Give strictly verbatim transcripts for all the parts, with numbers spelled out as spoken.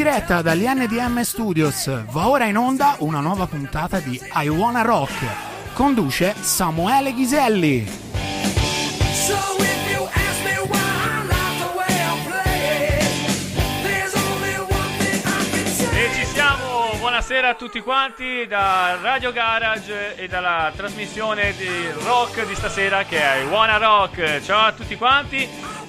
diretta dagli N D M Studios va ora in onda una nuova puntata di I Wanna Rock. Conduce Samuele Ghiselli. E ci siamo, buonasera a tutti quanti da Radio Garage e dalla trasmissione di rock di stasera che è I Wanna Rock. Ciao a tutti quanti.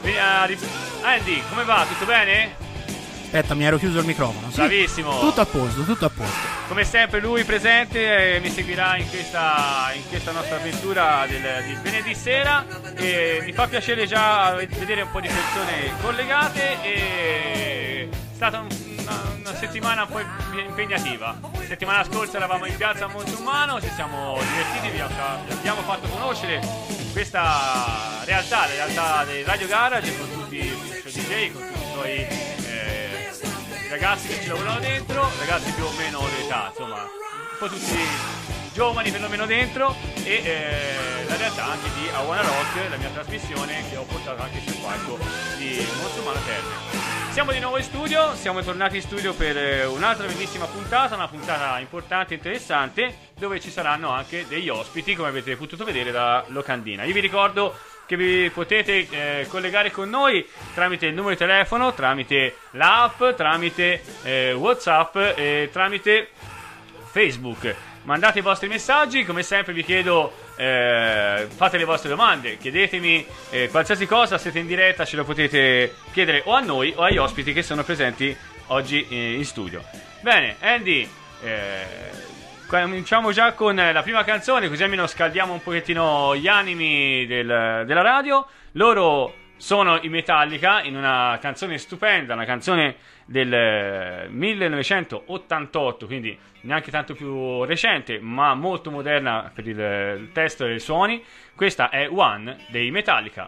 Andy, come va? Tutto bene? Aspetta, mi ero chiuso il microfono. Sì, bravissimo. Tutto a posto, tutto a posto. Come sempre lui presente, eh, mi seguirà in questa, in questa nostra avventura del, di venerdì sera e mi fa piacere già vedere un po' di persone collegate. E è stata un, una, una settimana un po' impegnativa. La settimana scorsa eravamo in piazza a Montumano, ci siamo divertiti, vi abbiamo fatto conoscere questa realtà, la realtà del Radio Garage con tutti i suoi D J, con tutti i suoi ragazzi che ci lavorano dentro, ragazzi più o meno d'età, insomma, un po' tutti giovani perlomeno dentro, e eh, la realtà anche di I Wanna Rock, la mia trasmissione che ho portato anche sul palco di Montumano Terme. Siamo di nuovo in studio, siamo tornati in studio per un'altra bellissima puntata, una puntata importante e interessante, dove ci saranno anche degli ospiti, come avete potuto vedere dalla locandina. Io vi ricordo che vi potete eh, collegare con noi tramite il numero di telefono, tramite l'app, tramite eh, WhatsApp e tramite Facebook. Mandate i vostri messaggi, come sempre vi chiedo, eh, fate le vostre domande, chiedetemi eh, qualsiasi cosa, siete in diretta, ce lo potete chiedere o a noi o agli ospiti che sono presenti oggi eh, in studio. Bene, Andy, eh, cominciamo già con la prima canzone, così almeno scaldiamo un pochettino gli animi del, della radio. Loro sono i Metallica in una canzone stupenda, una canzone del millenovecentottantotto, quindi neanche tanto più recente, ma molto moderna per il, il testo e i suoni. Questa è One dei Metallica.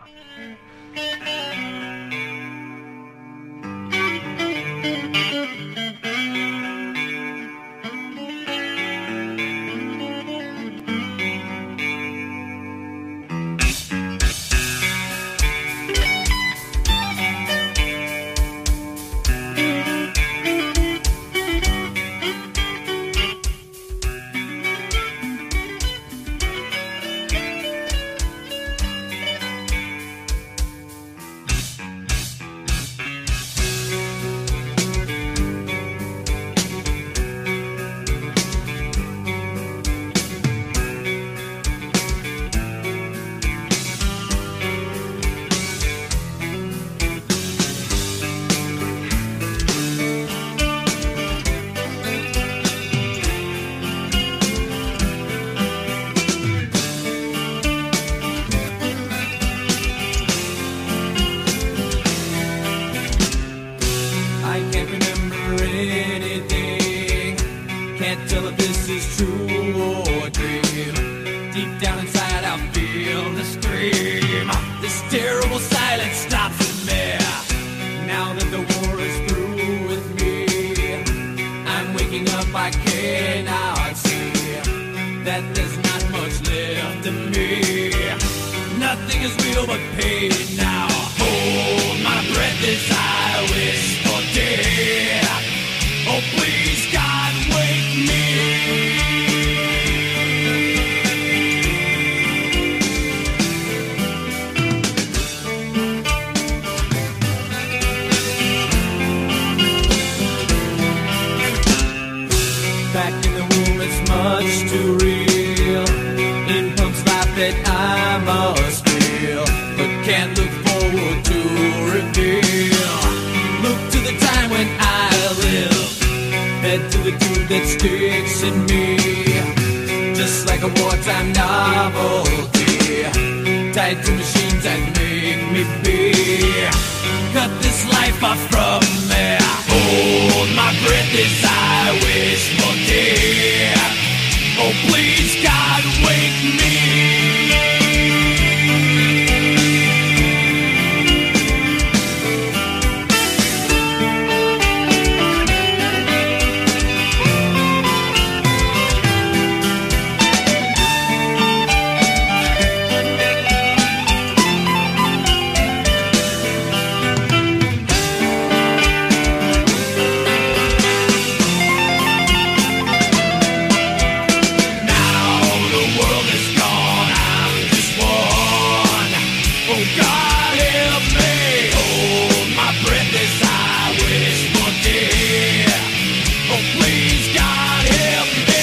Please God help me.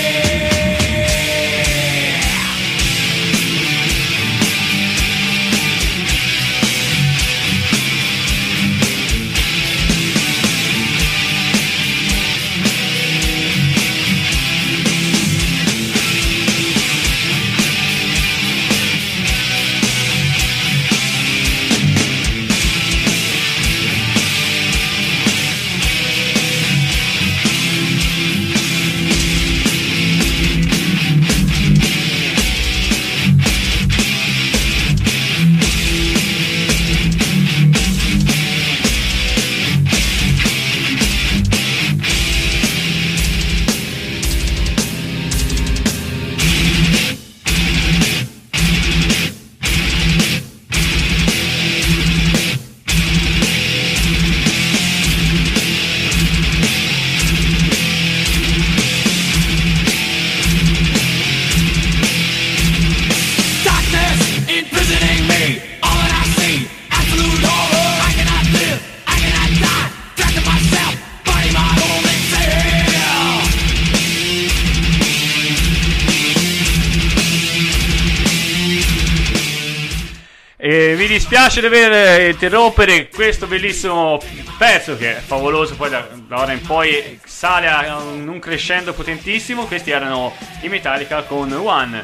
E mi dispiace dover interrompere questo bellissimo pezzo che è favoloso, poi da, da ora in poi sale a un, un crescendo potentissimo. Questi erano i Metallica con One.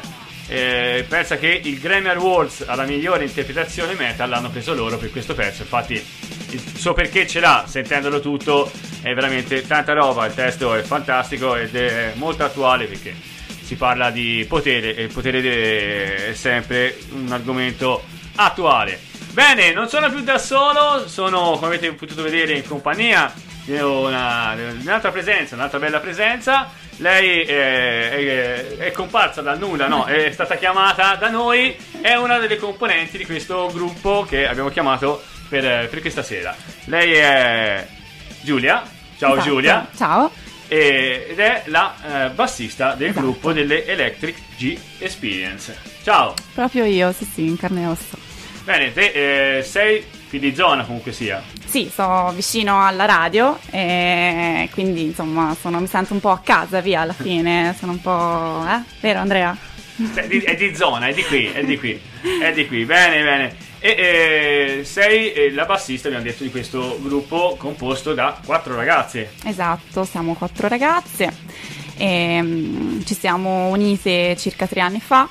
Eh, pensa che il Grammy Awards alla migliore interpretazione metal l'hanno preso loro per questo pezzo. Infatti il suo perché ce l'ha, sentendolo tutto è veramente tanta roba. Il testo è fantastico ed è molto attuale perché si parla di potere e il potere è sempre un argomento attuale. Bene, non sono più da solo, sono, come avete potuto vedere, in compagnia di una, di un'altra presenza, un'altra bella presenza. Lei è, è, è comparsa dal nulla, no, è stata chiamata da noi, è una delle componenti di questo gruppo che abbiamo chiamato per, per questa sera. Lei è Giulia, ciao Esatto. Giulia. Ciao. E, ed è la eh, bassista del Esatto. gruppo delle Electric G Experience. Ciao. Proprio io, sì sì, in carne e ossa. Bene, te eh, sei qui di zona comunque sia. Sì, sto vicino alla radio e quindi insomma sono, mi sento un po' a casa via alla fine, sono un po'... eh? Vero Andrea? È di, è di zona, è di qui, è di qui, è di qui, bene bene. E eh, sei eh, la bassista, abbiamo detto, di questo gruppo composto da quattro ragazze. Esatto, siamo quattro ragazze e um, ci siamo unite circa tre anni fa.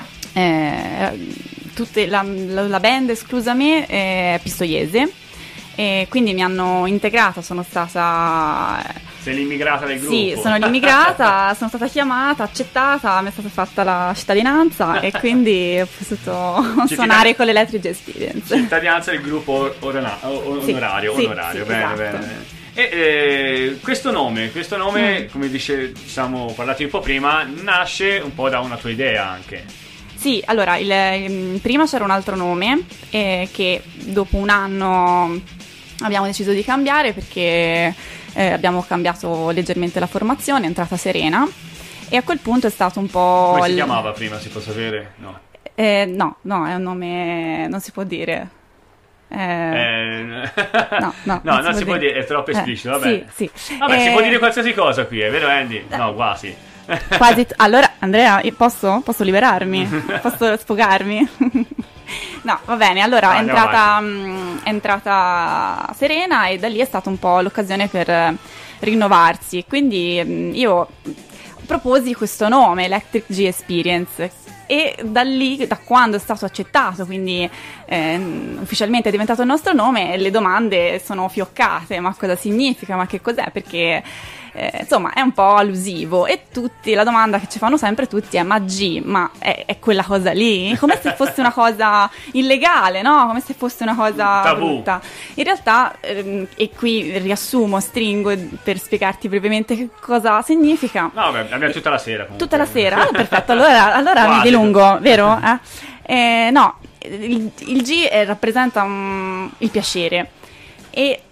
Eh, tutte, la, la, la band esclusa me è pistoiese e quindi mi hanno integrata, sono stata... Sei l'immigrata del gruppo. Sì, sono l'immigrata, sono stata chiamata, accettata, mi è stata fatta la cittadinanza e quindi ho potuto suonare con l'Electric Experience. Cittadinanza del gruppo orana- onorario, sì, onorario, sì, bene, esatto. bene, bene. E eh, questo nome, questo nome, mm. come dice, siamo parlati un po' prima, nasce un po' da una tua idea anche. Sì, allora, il, il, prima c'era un altro nome eh, che dopo un anno abbiamo deciso di cambiare perché eh, abbiamo cambiato leggermente la formazione, è entrata Serena e a quel punto è stato un po'... Come si il... chiamava prima, si può sapere? No. Eh, no, no, è un nome... non si può dire. Eh... Eh... no, no, no, non, non si, si può dire. dire, è troppo esplicito, eh, vabbè. Sì, sì. Vabbè, eh... si può dire qualsiasi cosa qui, è vero Andy? No, quasi. Quasi t- allora Andrea io posso? Posso liberarmi? Posso sfogarmi? No, va bene, allora ah, è, entrata, mh, è entrata Serena e da lì è stata un po' l'occasione per eh, rinnovarsi, quindi mh, io proposi questo nome, Electric G Experience, e da lì, da quando è stato accettato, quindi eh, ufficialmente è diventato il nostro nome, le domande sono fioccate, ma cosa significa, ma che cos'è, perché eh, insomma è un po' allusivo e tutti, la domanda che ci fanno sempre tutti è ma G, ma è, è quella cosa lì? Come se fosse una cosa illegale, no? Come se fosse una cosa tabù. Brutta. In realtà, ehm, e qui riassumo, stringo per spiegarti brevemente che cosa significa. No, beh, abbiamo tutta la sera comunque. Tutta la sera? Ah, perfetto, allora, allora mi dilungo, vero? Eh? Eh, no, il, il G eh, rappresenta um, il piacere e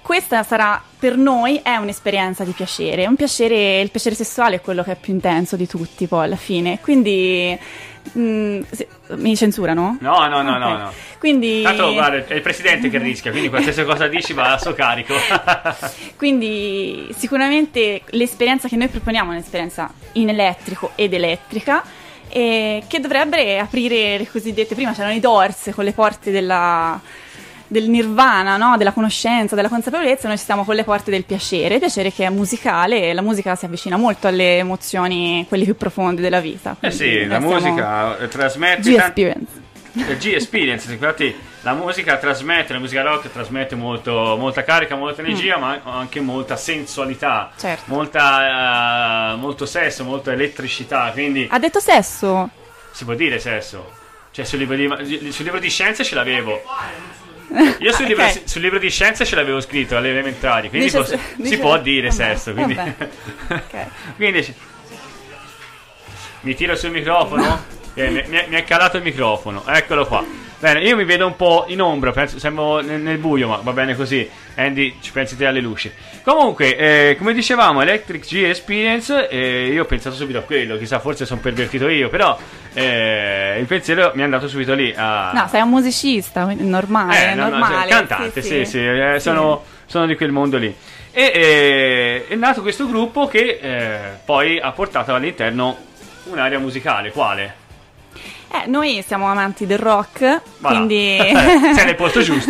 questa sarà per noi è un'esperienza di piacere, un piacere, il piacere sessuale è quello che è più intenso di tutti poi alla fine, quindi mh, se, mi censurano? No, no, no, okay. no, no. Quindi tanto guarda, è il presidente che rischia, quindi qualsiasi cosa dici va a suo carico. Quindi sicuramente l'esperienza che noi proponiamo è un'esperienza in elettrico ed elettrica, e che dovrebbe aprire le cosiddette, prima c'erano i Doors con le porte della del nirvana, no? Della conoscenza, della consapevolezza, noi ci stiamo con le porte del piacere, il piacere che è musicale, e la musica si avvicina molto alle emozioni, quelle più profonde della vita. Eh sì, la musica trasmette G-Experience. Tant- G-Experience, infatti la musica trasmette, la musica rock trasmette molto, molta carica, molta energia, mm. ma anche molta sensualità, certo. molta, uh, molto sesso, molta elettricità, quindi... Ha detto sesso? Si può dire sesso? Cioè sul libro di, sul libro di scienze ce l'avevo. Io sul, okay. libro, sul libro di scienze ce l'avevo scritto alle elementari, quindi dice, posso, dice, si può dire vabbè, sesso. Quindi, okay. quindi mi tiro sul microfono, eh, mi, mi è calato il microfono, eccolo qua. Bene, io mi vedo un po' in ombra, penso, sembro nel, nel buio, ma va bene così. Andy, ci pensi te alle luci. Comunque, eh, come dicevamo, Electric G Experience, eh, io ho pensato subito a quello, chissà, forse sono pervertito io, però eh, il pensiero mi è andato subito lì a... No, sei un musicista, quindi normale, eh, no, normale. No, cioè, cantante, sì, sì, sì, sì, eh, sì. Sono, sono di quel mondo lì. E eh, è nato questo gruppo che eh, poi ha portato all'interno un'area musicale, quale? Eh, noi siamo amanti del rock, voilà. Quindi sei nel posto giusto.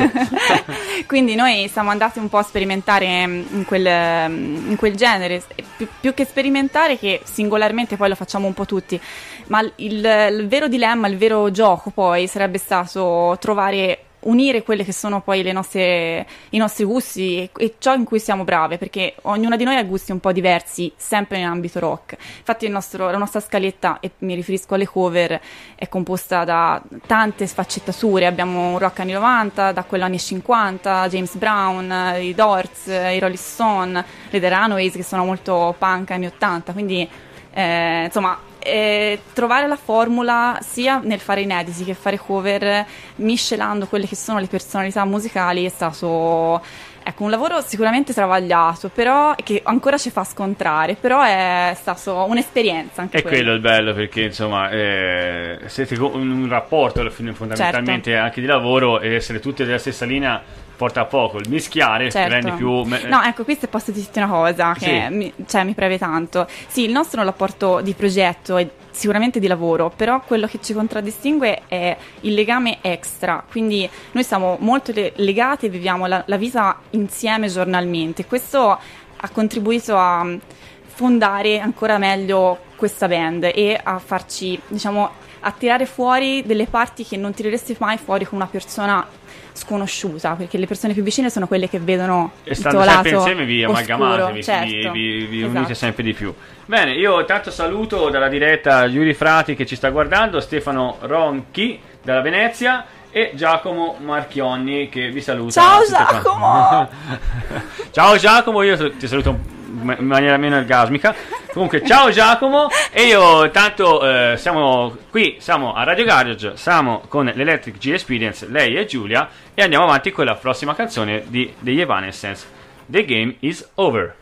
Quindi noi siamo andati un po' a sperimentare in quel, in quel genere, più, più che sperimentare, che singolarmente poi lo facciamo un po' tutti, ma il, il vero dilemma, il vero gioco poi sarebbe stato trovare, unire quelle che sono poi le nostre, i nostri gusti e, e ciò in cui siamo brave, perché ognuna di noi ha gusti un po' diversi, sempre in ambito rock. Infatti il nostro, la nostra scaletta, e mi riferisco alle cover, è composta da tante sfaccettature. Abbiamo un rock anni novanta, da quello anni cinquanta, James Brown, i Doors, i Rolling Stone, le The Runaways, che sono molto punk anni ottanta, quindi eh, insomma Eh, trovare la formula sia nel fare inediti che fare cover, miscelando quelle che sono le personalità musicali, è stato, ecco, un lavoro sicuramente travagliato, però che ancora ci fa scontrare, però è stato un'esperienza anche e quello. quello è il bello, perché insomma eh, siete in un rapporto fondamentalmente, certo, anche di lavoro, e essere tutti della stessa linea porta a poco. Il mischiare, certo, rende più... No, ecco, qui se posso dirti una cosa che sì. mi, cioè, mi preve tanto. Sì, il nostro è un rapporto di progetto e sicuramente di lavoro, però quello che ci contraddistingue è il legame extra, quindi noi siamo molto le- legati e viviamo la, la vita insieme giornalmente. Questo ha contribuito a fondare ancora meglio questa band e a farci, diciamo, a tirare fuori delle parti che non tireresti mai fuori con una persona sconosciuta, perché le persone più vicine sono quelle che vedono e il tuo lato stanno sempre insieme, vi amalgamate, vi, certo. vi, vi, vi Esatto. unite sempre di più. Bene, io tanto saluto dalla diretta Giuri Frati che ci sta guardando, Stefano Ronchi dalla Venezia e Giacomo Marchionni che vi saluta. Ciao Giacomo! Ciao Giacomo, io ti saluto in maniera meno orgasmica. Comunque ciao Giacomo, e io tanto eh, siamo qui, siamo a Radio Garage, siamo con l'Electric G Experience, lei e Giulia, e andiamo avanti con la prossima canzone di, degli Evanescence, The Game Is Over.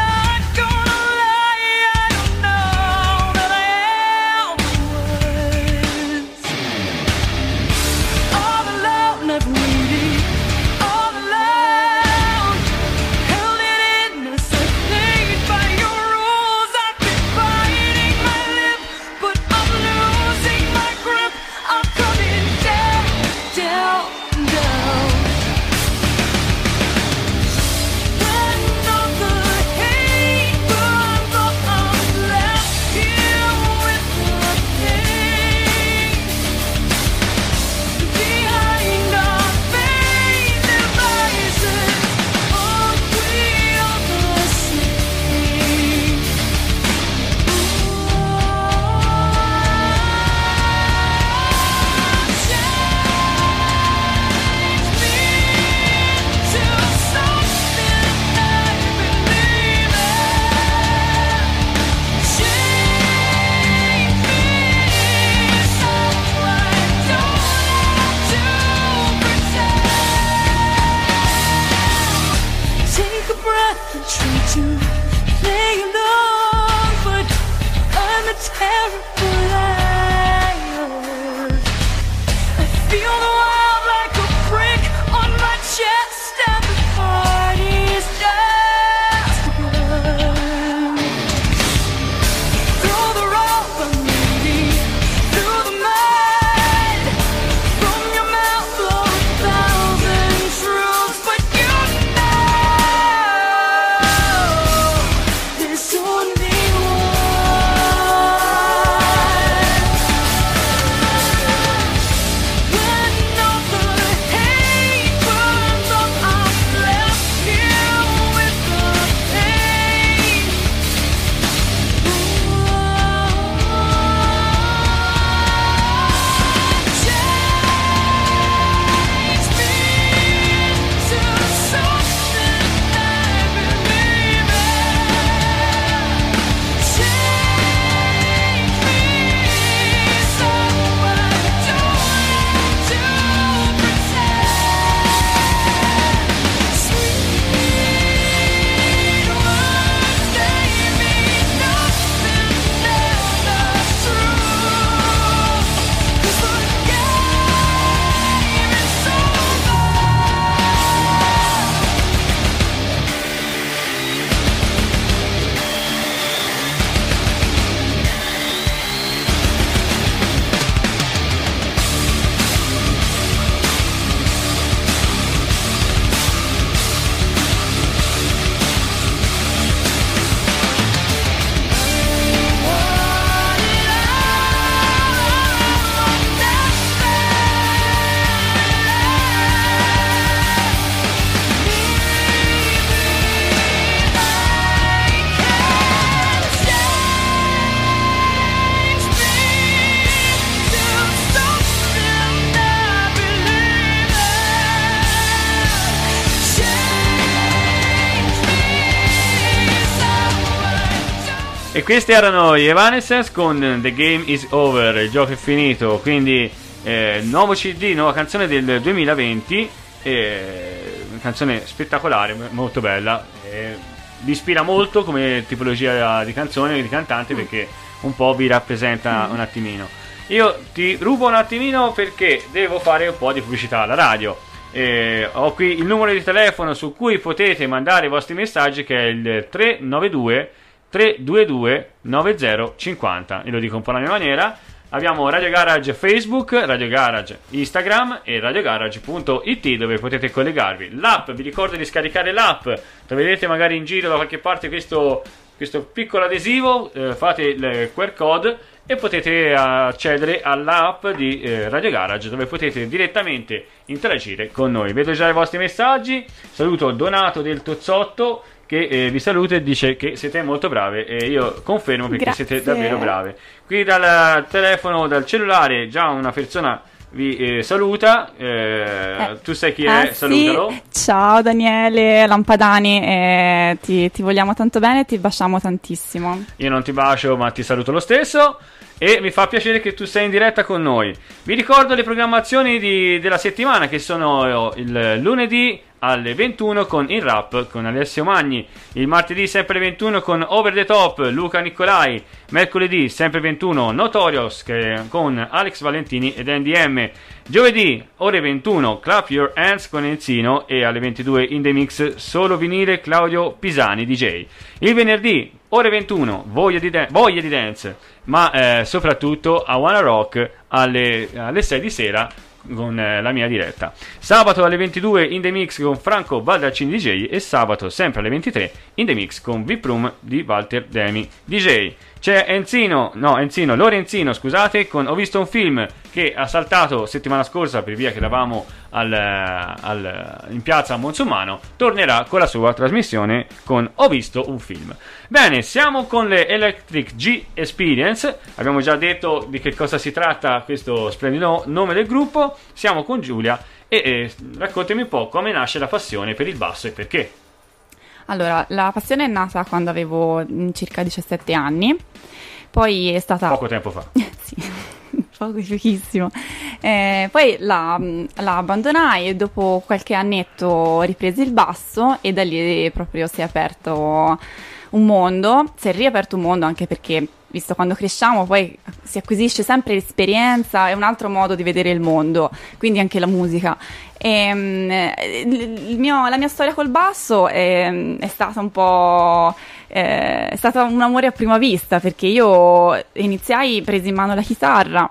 Away. E questi erano gli Evanescence con The Game Is Over, il gioco è finito. Quindi eh, nuovo C D, nuova canzone del duemilaventi, eh, una canzone spettacolare, molto bella, eh, vi ispira molto come tipologia di canzone, di cantante, perché un po' vi rappresenta un attimino. Io ti rubo un attimino perché devo fare un po' di pubblicità alla radio. Eh, ho qui il numero di telefono su cui potete mandare i vostri messaggi, che è il tre nove due tre due due nove zero cinque zero. Io lo dico un po' alla mia maniera. Abbiamo Radio Garage Facebook, Radio Garage Instagram e radiogarage punto it, dove potete collegarvi. L'app, vi ricordo di scaricare l'app. Troverete magari in giro da qualche parte questo, questo piccolo adesivo, eh, fate il Q R code e potete accedere all'app di eh, Radio Garage, dove potete direttamente interagire con noi. Vedo già i vostri messaggi. Saluto Donato del Tozzotto, che eh, vi saluta e dice che siete molto brave, e io confermo, perché Grazie. siete davvero brave. Qui dal telefono, dal cellulare, già una persona vi eh, saluta. eh, Eh, tu sai chi ah, è? Salutalo. sì. Ciao Daniele Lampadani, eh, ti, ti vogliamo tanto bene e ti baciamo tantissimo. Io non ti bacio, ma ti saluto lo stesso. E mi fa piacere che tu sei in diretta con noi. Vi ricordo le programmazioni di, della settimana, che sono il lunedì alle ventuno con il rap con Alessio Magni, il martedì sempre alle ventuno con Over the Top Luca Nicolai, mercoledì sempre ventuno Notorious che, con Alex Valentini ed N D M, giovedì ore ventuno Clap Your Hands con Enzino, e alle ventidue in the mix solo vinile Claudio Pisani D J. Il venerdì ore ventuno Voglia di, dan- voglia di Dance, ma eh, soprattutto I Wanna Rock alle, alle sei di sera con eh, la mia diretta. Sabato alle ventidue in the mix con Franco Baldaccini D J, e sabato sempre alle ventitré in the mix con V I P Room di Walter Demi D J. C'è Enzino, no Enzino, Lorenzino scusate, con Ho visto un film, che ha saltato settimana scorsa per via che eravamo al, al, in piazza a Monsummano. Tornerà con la sua trasmissione con Ho visto un film. Bene, siamo con le Electric G Experience. Abbiamo già detto di che cosa si tratta questo splendido nome del gruppo. Siamo con Giulia e eh, raccontami un po' come nasce la passione per il basso e perché. Allora, la passione è nata quando avevo mm, circa diciassette anni, poi è stata... Poco tempo fa. Sì, poco, pochissimo. Eh, poi la, la abbandonai e dopo qualche annetto ho ripreso il basso, e da lì proprio si è aperto un mondo, si è riaperto un mondo, anche perché, visto quando cresciamo, poi si acquisisce sempre l'esperienza, è un altro modo di vedere il mondo, quindi anche la musica. E, il mio, la mia storia col basso è, è stata un po' eh, è stata un amore a prima vista, perché io iniziai, presi in mano la chitarra.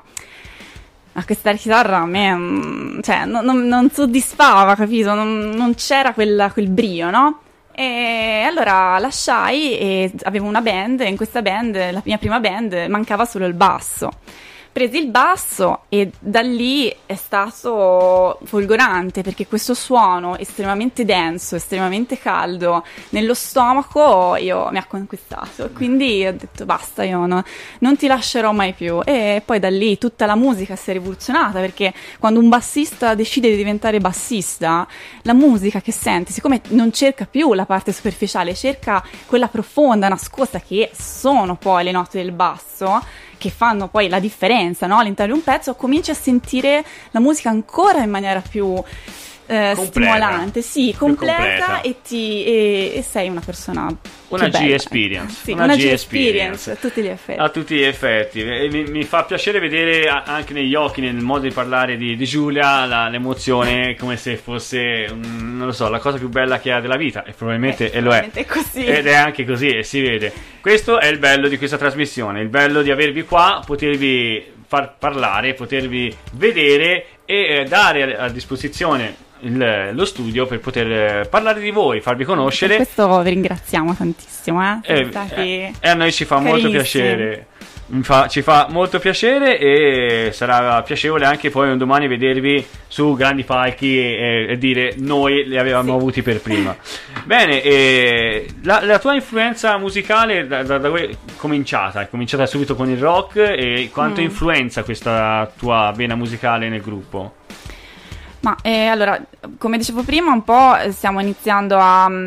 A questa chitarra a me cioè, non, non, non soddisfava, capito? Non, non c'era quella, quel brio, no? E allora lasciai e avevo una band, e in questa band, la mia prima band, mancava solo il basso. Presi il basso e da lì è stato folgorante, perché questo suono estremamente denso, estremamente caldo nello stomaco io mi ha conquistato, quindi ho detto basta, io no, non ti lascerò mai più. E poi da lì tutta la musica si è rivoluzionata, perché quando un bassista decide di diventare bassista, la musica che sente, siccome non cerca più la parte superficiale, cerca quella profonda, nascosta, che sono poi le note del basso, che fanno poi la differenza, no? All'interno di un pezzo, cominci a sentire la musica ancora in maniera più eh, stimolante, sì, completa, completa. E, ti, e, e sei una persona una più G bella. Experience, Sì, una, una G, G Experience. Experience a tutti gli effetti. A tutti gli effetti. E mi, mi fa piacere vedere anche negli occhi, nel modo di parlare di, di Giulia, la, l'emozione, come se fosse, un, non lo so, la cosa più bella che ha della vita, e probabilmente eh, e lo è. È così. Ed è anche così, e si vede. Questo è il bello di questa trasmissione, il bello di avervi qua, potervi far parlare, potervi vedere e eh, dare a, a disposizione il, lo studio per poter eh, parlare di voi, farvi conoscere. Per questo vi ringraziamo tantissimo, eh? E eh, eh, a noi ci fa molto piacere. Mi fa, ci fa molto piacere, e sarà piacevole anche poi un domani vedervi su grandi palchi e, e dire noi li avevamo sì. avuti per prima. Bene, e la, la tua influenza musicale da, da, da dove è cominciata? È cominciata subito con il rock, e quanto mm. influenza questa tua vena musicale nel gruppo? Ma eh, allora, come dicevo prima, un po' stiamo iniziando a,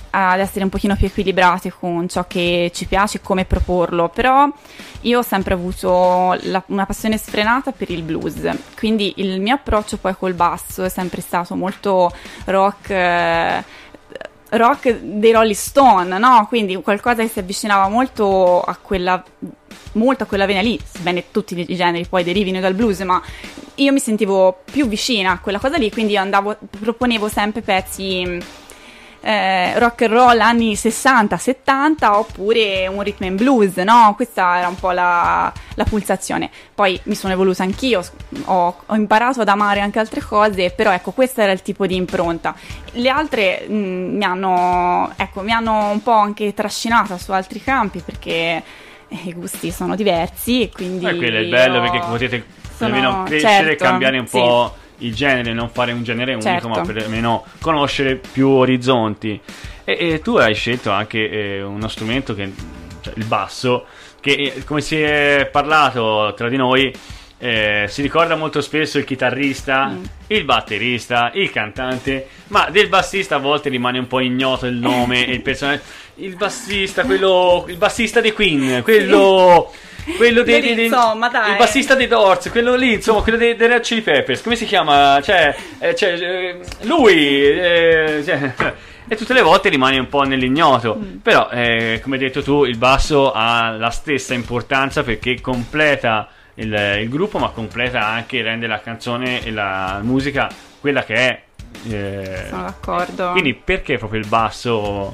ad essere un pochino più equilibrate con ciò che ci piace, come proporlo, però io ho sempre avuto la, una passione sfrenata per il blues, quindi il mio approccio poi col basso è sempre stato molto rock, eh, rock dei Rolling Stone, no? Quindi qualcosa che si avvicinava molto a quella molto a quella vena lì, sebbene tutti i generi poi derivino dal blues, ma io mi sentivo più vicina a quella cosa lì, quindi io andavo, proponevo sempre pezzi eh, rock and roll anni sessanta settanta oppure un rhythm and blues, no? Questa era un po' la, la pulsazione. Poi mi sono evoluta anch'io, ho, ho imparato ad amare anche altre cose, però ecco, questo era il tipo di impronta. Le altre mh, mi hanno, ecco, mi hanno un po' anche trascinata su altri campi, perché i gusti sono diversi e quindi eh, quello è il bello, io perché potete sono, almeno crescere, certo, cambiare un sì. po' il genere, non fare un genere unico, Certo. ma per almeno conoscere più orizzonti. E, e tu hai scelto anche eh, uno strumento che, cioè il basso, che eh, come si è parlato tra di noi, eh, si ricorda molto spesso il chitarrista, mm. il batterista, il cantante, ma del bassista a volte rimane un po' ignoto il nome e il personaggio. Il bassista, quello, il bassista dei Queen, quello, quello dei, dei, dei insomma, dai. il bassista dei Doors, quello lì, insomma, quello dei, dei Red Chili Peppers, come si chiama? Cioè, eh, cioè eh, lui, eh, cioè, e tutte le volte rimane un po' nell'ignoto. Mm. Però, eh, come hai detto tu, il basso ha la stessa importanza perché completa il, il gruppo, ma completa anche, rende la canzone e la musica quella che è. Eh, Sono d'accordo. Quindi perché proprio il basso?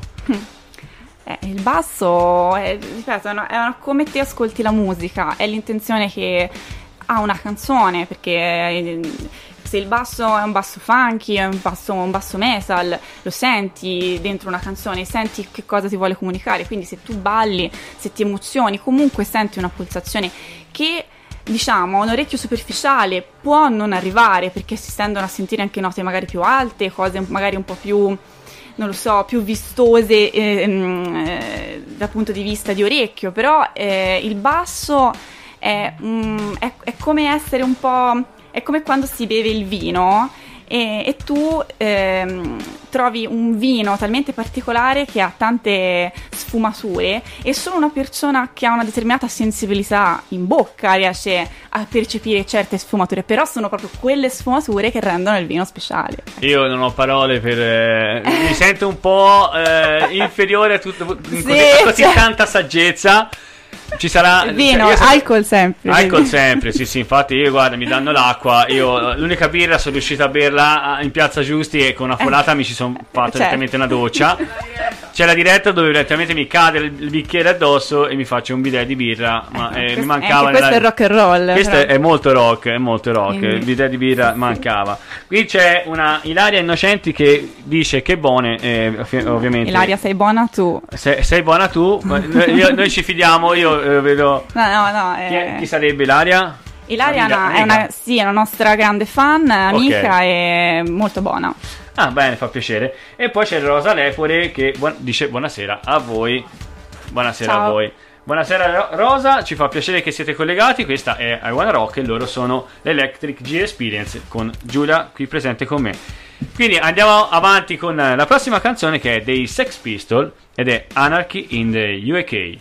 Eh, il basso, è, ripeto, è, una, è una, come te ascolti la musica, è l'intenzione che ha una canzone, perché eh, se il basso è un basso funky, è un basso, un basso metal, lo senti dentro una canzone, senti che cosa ti vuole comunicare, quindi se tu balli, se ti emozioni, comunque senti una pulsazione che, diciamo, a un orecchio superficiale può non arrivare, perché si tendono a sentire anche note magari più alte, cose magari un po' più, non lo so, più vistose ehm, eh, dal punto di vista di orecchio, però eh, il basso è, mm, è, è come essere un po', è come quando si beve il vino e, e tu ehm, trovi un vino talmente particolare che ha tante sfumature e solo una persona che ha una determinata sensibilità in bocca riesce a percepire certe sfumature, però sono proprio quelle sfumature che rendono il vino speciale. Io non ho parole per eh, mi sento un po' eh, inferiore a tutto, Sì, così, così cioè... tanta saggezza. Ci sarà vino, cioè, alcol sempre. Alcol sempre, sì, sì. Infatti, io guarda, mi danno l'acqua. Io l'unica birra sono riuscito a berla in Piazza Giusti e con una folata mi ci sono fatto certo. direttamente una doccia. C'è la diretta dove direttamente mi cade il bicchiere addosso e mi faccio un bidet di birra. Ma eh, questo, mi mancava. Questo nella... è rock and roll. Questo però. è molto rock, è molto rock. Quindi... Il bidet di birra mancava. Qui c'è una Ilaria Innocenti che dice che buone, eh, ovviamente. Ilaria, sei buona tu. Se, sei buona tu. Io, noi ci fidiamo. Io eh, vedo. No, no, no. Chi, è, Eh... chi sarebbe Ilaria? Ilaria Amica, una, amica. è una, sì, è una nostra grande fan, amica Ok. e molto buona. Ah, bene, fa piacere. E poi c'è Rosa Lepore che buon- dice buonasera a voi. Buonasera Ciao. a voi. Buonasera Ro- Rosa, ci fa piacere che siete collegati. Questa è I Wanna Rock e loro sono l'Electric G Experience con Giulia qui presente con me. Quindi andiamo avanti con la prossima canzone che è dei Sex Pistols ed è Anarchy in the U K.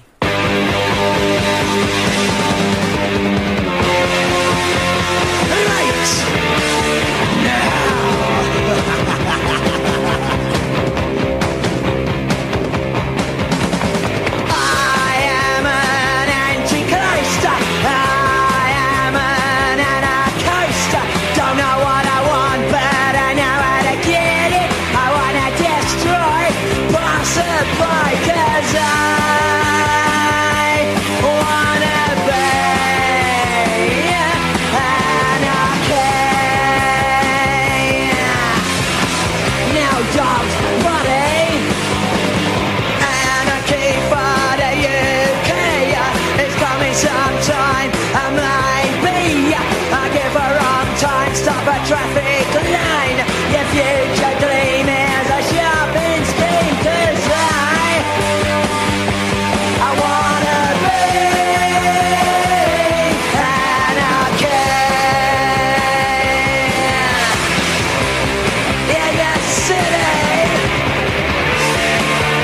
City.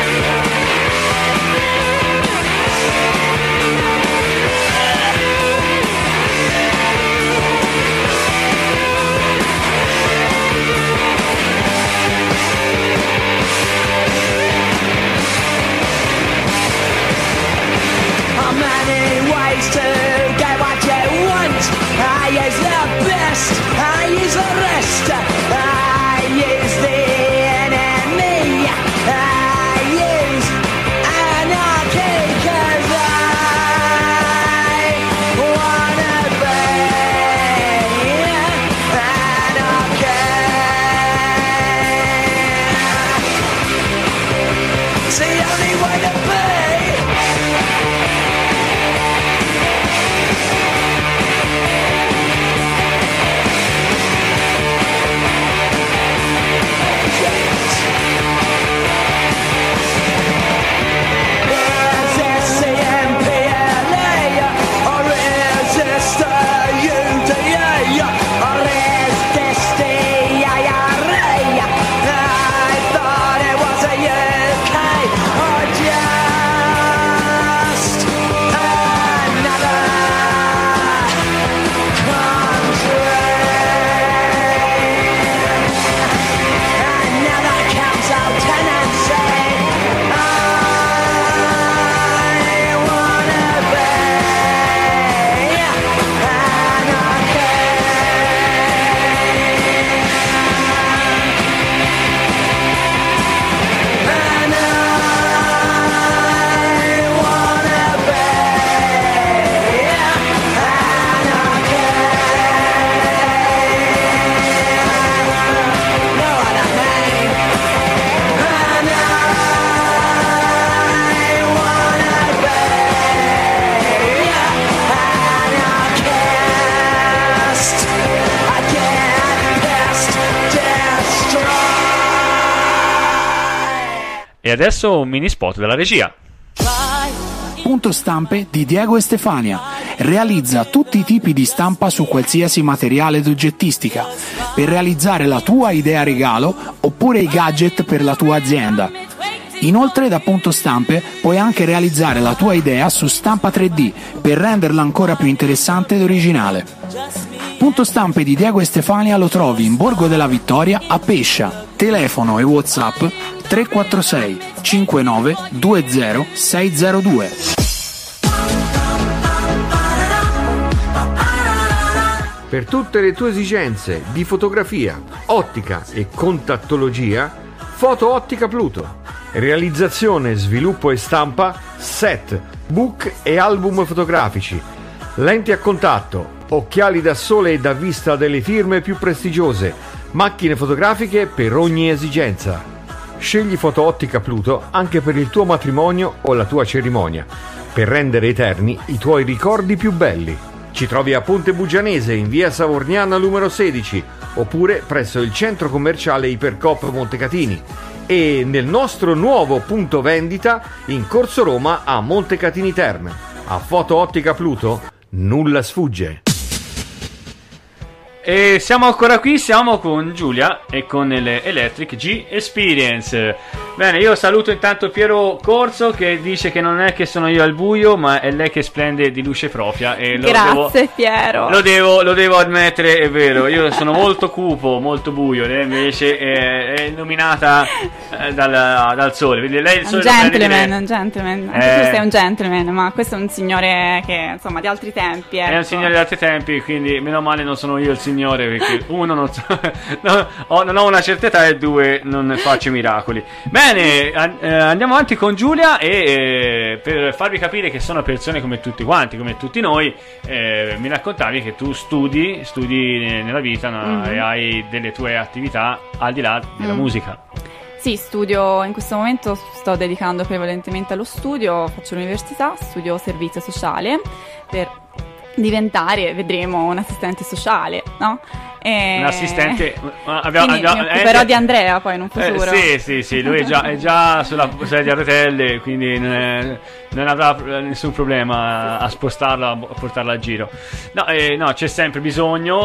E adesso un mini spot della regia. Punto Stampe di Diego e Stefania. Realizza tutti i tipi di stampa su qualsiasi materiale d'oggettistica per realizzare la tua idea regalo oppure i gadget per la tua azienda. Inoltre da Punto Stampe puoi anche realizzare la tua idea su stampa tre D per renderla ancora più interessante ed originale. Punto Stampe di Diego e Stefania lo trovi in Borgo della Vittoria a Pescia. Telefono e WhatsApp tre quattro sei cinque nove due zero sei zero due. Per tutte le tue esigenze di fotografia, ottica e contattologia, Foto Ottica Pluto. Realizzazione, sviluppo e stampa, set, book e album fotografici, lenti a contatto, occhiali da sole e da vista delle firme più prestigiose, macchine fotografiche per ogni esigenza. Scegli Foto Ottica Pluto anche per il tuo matrimonio o la tua cerimonia, per rendere eterni i tuoi ricordi più belli. Ci trovi a Ponte Bugianese in via Savorniana numero sedici oppure presso il centro commerciale Ipercoop Montecatini e nel nostro nuovo punto vendita in Corso Roma a Montecatini Terme. A Foto Ottica Pluto nulla sfugge. E siamo ancora qui, siamo con Giulia e con le Electric G Experience. Bene, io saluto intanto Piero Corso che dice che non è che sono io al buio, ma è lei che splende di luce propria. E lo Grazie devo, Piero. Lo devo, lo devo ammettere, è vero. Io sono molto cupo, molto buio. Lei invece è, è illuminata eh, dal, dal sole. Quindi lei il sole un gentleman, un gentleman. Anche eh, tu sei un gentleman, ma questo è un signore che insomma di altri tempi. Ecco. È un signore di altri tempi, quindi meno male non sono io il signore, perché uno non, so, no, ho, non ho una certa età e due non faccio miracoli. Bene, an- eh, andiamo avanti con Giulia e eh, per farvi capire che sono persone come tutti quanti, come tutti noi, eh, mi raccontavi che tu studi, studi nella vita, no? Mm-hmm. E hai delle tue attività al di là della mm. musica. Sì, studio, in questo momento sto dedicando prevalentemente allo studio, faccio l'università, studio servizio sociale per diventare, vedremo, un assistente sociale, no? E... un assistente, abbiamo, quindi mi occuperò eh, di Andrea poi in un futuro. Eh, sì, sì, sì, lui è già, è già sulla sedia a rotelle, quindi non, è, non avrà nessun problema a spostarla, a portarla a giro. No, eh, no, c'è sempre bisogno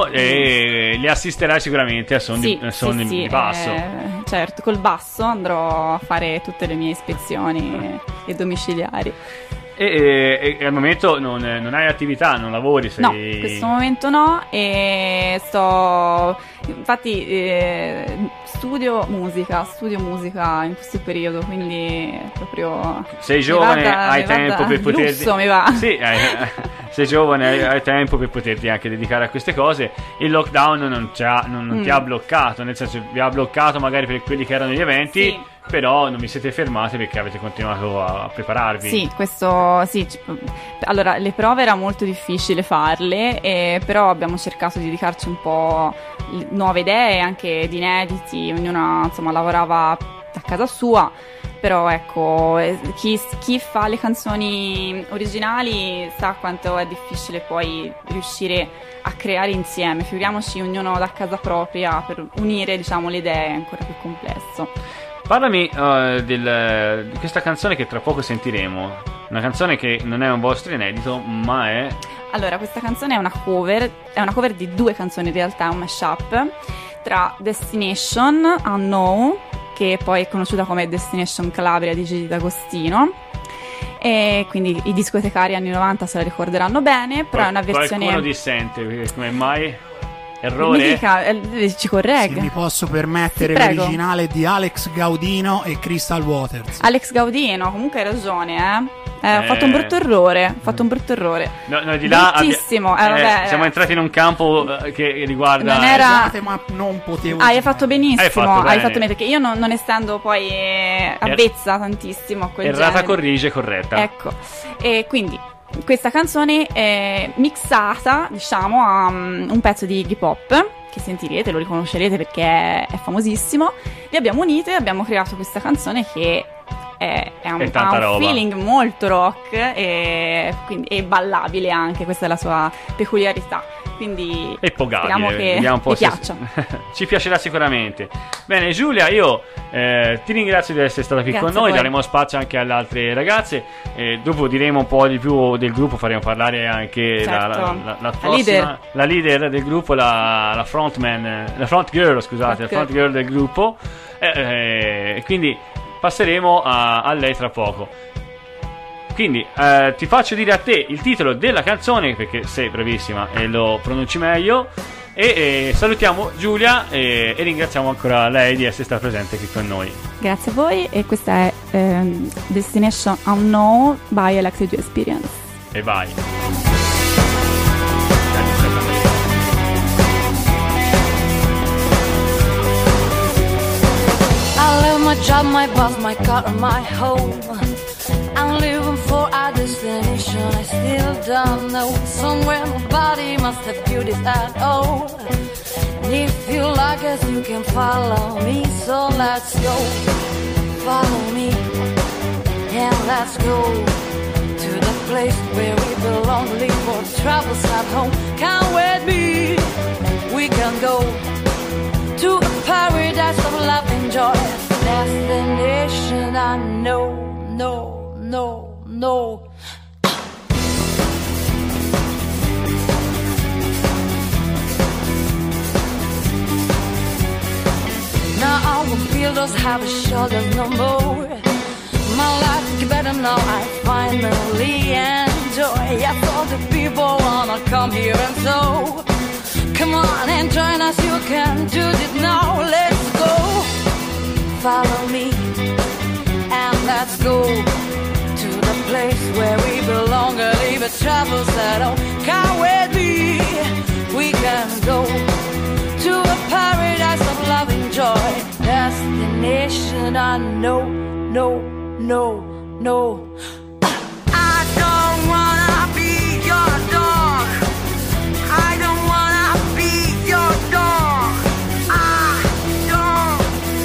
e li assisterai sicuramente a son sì, di, son sì, di, sì, di basso. Eh, certo, col basso andrò a fare tutte le mie ispezioni e domiciliari. E, e, e al momento non, non hai attività, non lavori? Sei... No, in questo momento no, e sto, infatti eh, studio musica, studio musica in questo periodo, quindi proprio... Sei giovane, vada, hai tempo per poterti... lusso, mi va. Sì, hai, sei giovane, hai, hai tempo per poterti anche dedicare a queste cose. Il lockdown non, ti ha, non, non mm. ti ha bloccato, nel senso vi ha bloccato magari per quelli che erano gli eventi, sì. Però non vi siete fermati perché avete continuato a prepararvi. Sì, questo sì. Allora, le prove era molto difficile farle, e però abbiamo cercato di dedicarci un po' nuove idee, anche di inediti. Ognuno insomma lavorava a casa sua. Però ecco, chi, chi fa le canzoni originali sa quanto è difficile poi riuscire a creare insieme. Figuriamoci ognuno da casa propria, per unire, diciamo, le idee è ancora più complesso. Parlami uh, del, di questa canzone che tra poco sentiremo. Una canzone che non è un vostro inedito, ma è... Allora, questa canzone è una cover, è una cover di due canzoni in realtà, un mashup tra Destination, Unknown, che poi è conosciuta come Destination Calabria di Gigi D'Agostino, e quindi i discotecari anni novanta se la ricorderanno bene, però Qual- è una versione... Qualcuno dissente, come mai? Errore? Mi dica, eh, ci corregga. Se mi posso permettere, sì, l'originale di Alex Gaudino e Crystal Waters. Alex Gaudino, comunque hai ragione, eh? Eh, ho fatto un brutto errore. Ho fatto un brutto errore. No, no, di là bruttissimo. Abbia... Eh, vabbè, eh, siamo entrati in un campo eh, che riguarda. Non era. Scusate, ma non potevo. Ah, hai fatto benissimo. Hai fatto bene. Hai fatto bene, perché io non, non essendo poi eh, avvezza tantissimo a quel Errata genere. corrige, corretta. Ecco. E quindi questa canzone è mixata, diciamo, a um, un pezzo di hip hop che sentirete, lo riconoscerete perché è, è famosissimo. Li abbiamo uniti e abbiamo creato questa canzone che è, è un, è ha un roba. feeling molto rock e, quindi, e ballabile anche, questa è la sua peculiarità. quindi È pogabile, speriamo che vediamo un po' vi se- piaccia. Ci piacerà sicuramente. Bene Giulia, io eh, ti ringrazio di essere stata qui Grazie con a noi, voi. daremo spazio anche alle altre ragazze, eh, dopo diremo un po' di più del gruppo, faremo parlare anche la, Certo. la, la, la La prossima, leader. la leader del gruppo, la, la frontman, eh, la front girl, scusate, la Front front girl del gruppo, e eh, quindi passeremo a, a lei tra poco. Quindi eh, ti faccio dire a te il titolo della canzone, perché sei bravissima e lo pronunci meglio. E, e salutiamo Giulia e, e ringraziamo ancora lei di essere stata presente qui con noi. Grazie a voi, e questa è ehm, Destination Unknown by Electric G Experience. E vai. I love my job, my boss, my car, and my home. I'm living for a destination I still don't know. Somewhere my body must have beauties at all. And if you like us, you can follow me. So let's go, follow me, and let's go to the place where we belong. Leave for troubles at home. Come with me, we can go to a paradise of love and joy. Destination I know, no, no, no. Now I won't feel those heavy shoulders no more. My life is better now, I finally enjoy. Yes, all the people wanna come here and so come on and join us, you can do it now. Let's go, follow me, and let's go to the place where we belong. Leave the troubles at home. Come with me, we can go to a paradise of love and joy. Destination I know, no, no, no. I don't wanna be your dog. I don't wanna be your dog. I don't.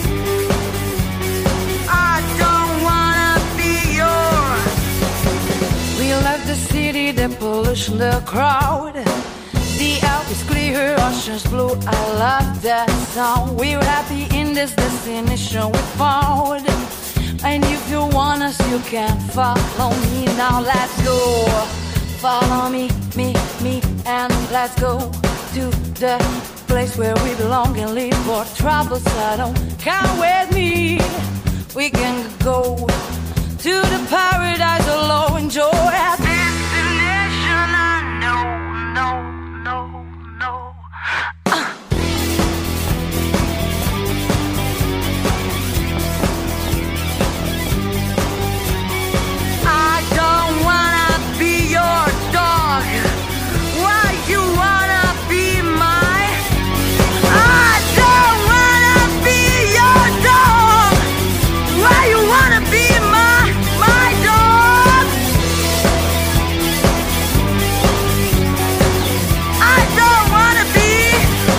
I don't wanna be yours. We left the city, the pollution, the crowd. The air is clear, oceans blue. I love that sound. We're happy in this destination we found. And if you want us, you can follow me. Now let's go. Follow me, me, me, and let's go to the place where we belong and leave for troubles I don't. Come with me, we can go to the paradise of love and joy. Destination I know, no, no, no. I don't wanna be your dog. Why you wanna be my? I don't wanna be your dog. Why you wanna be my, my dog? I don't wanna be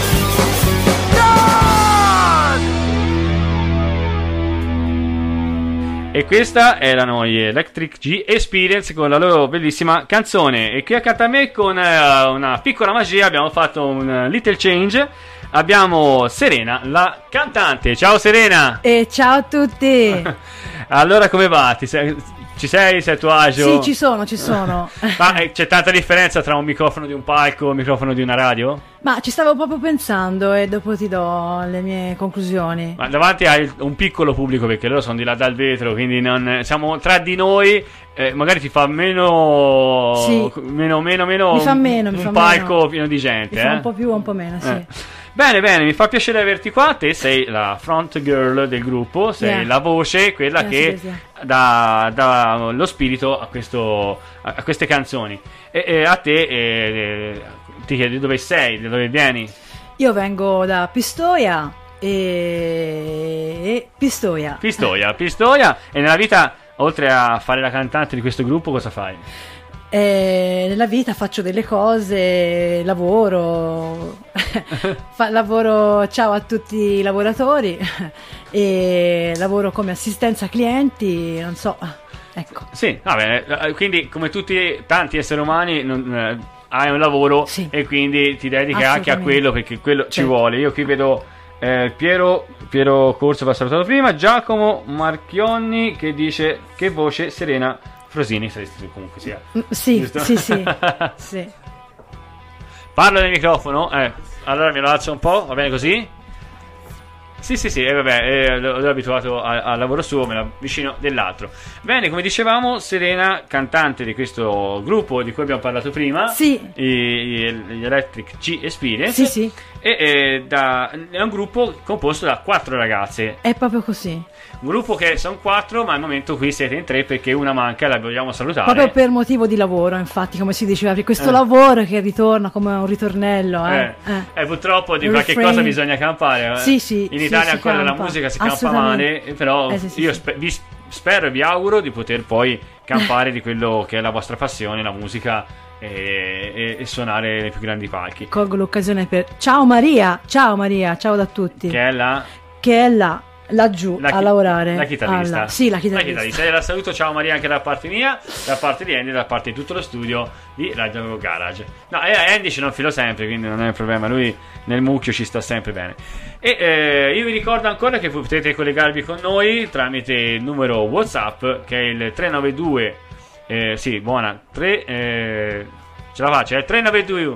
dog. E questa erano gli Electric G Experience con la loro bellissima canzone. E qui accanto a me, con eh, una piccola magia, abbiamo fatto un eh, little change. Abbiamo Serena, la cantante. Ciao Serena! E ciao a tutti! Allora come va? Ti sei, ci sei? Sei a tuo agio? Sì, ci sono, ci sono. Ma eh, c'è tanta differenza tra un microfono di un palco e un microfono di una radio? Ma ci stavo proprio pensando e dopo ti do le mie conclusioni. Ma davanti hai un piccolo pubblico, perché loro sono di là dal vetro, quindi non, siamo tra di noi. Eh, magari ti fa meno, Sì. meno, meno, meno Mi fa meno, un mi fa palco meno. pieno di gente. Mi fa eh? un po' più o un po' meno, sì. Eh. Bene, bene, mi fa piacere averti qua. Te sei la front girl del gruppo, sei Yeah. la voce, quella Yeah, che sì, sì. dà, dà lo spirito a, questo, a, a queste canzoni. E, e a te eh, ti chiedo dove sei, da dove vieni? Io vengo da Pistoia e... e Pistoia. Pistoia, Pistoia. E nella vita, oltre a fare la cantante di questo gruppo, cosa fai? E nella vita faccio delle cose, lavoro, Fa- lavoro, ciao a tutti i lavoratori, e lavoro come assistenza clienti, non so, ecco. Sì, vabbè, eh, quindi come tutti tanti esseri umani non, eh, hai un lavoro Sì. e quindi ti dedichi anche a Assolutamente. quello, perché quello ci Certo. vuole. Io qui vedo eh, Piero, Piero Corso, va salutato prima, Giacomo Marchionni che dice che voce Serena Frosini, saresti tu comunque sia. Mm, Sì, Giusto? sì, sì, sì. Parlo nel microfono, eh. Allora me lo alzo un po', va bene così? Sì, sì, sì, e vabbè, eh, l'ho l'ho abituato a- al lavoro suo, me la vicino dell'altro. Bene, come dicevamo, Serena, cantante di questo gruppo di cui abbiamo parlato prima, Sì. i- i- gli Electric G Experience, Sì, sì. e eh, da- è un gruppo composto da quattro ragazze. È proprio così. Un gruppo che sono quattro, ma al momento qui siete in tre perché una manca, la vogliamo salutare. Proprio per motivo di lavoro, infatti, come si diceva, per questo Eh. lavoro che ritorna come un ritornello. Eh. Eh, Eh. eh, purtroppo di Un qualche refrain. cosa bisogna campare. eh. Sì, sì, In sì, Italia si ancora la campa. musica si campa Assolutamente. male, eh, però Eh, sì, sì, io sì. spe- vi spero e vi auguro di poter poi campare di quello che è la vostra passione, la musica, e, e- e suonare nei più grandi palchi. Colgo l'occasione per... Ciao Maria, ciao Maria, ciao da tutti. Che è la, Che è là, laggiù, la chi- a lavorare. La chitarrista. alla- Sì, la chitarrista. E la saluto, ciao Maria, anche da parte mia, da parte di Andy, da parte di tutto lo studio di Radio Garage. No, eh, Andy ce l'ho filo sempre, quindi non è un problema, lui nel mucchio ci sta sempre bene. E eh, io vi ricordo ancora che voi potete collegarvi con noi tramite il numero WhatsApp, che è il tre nove due, eh, sì, buona, tre, eh, ce la faccio, è il tre nove due.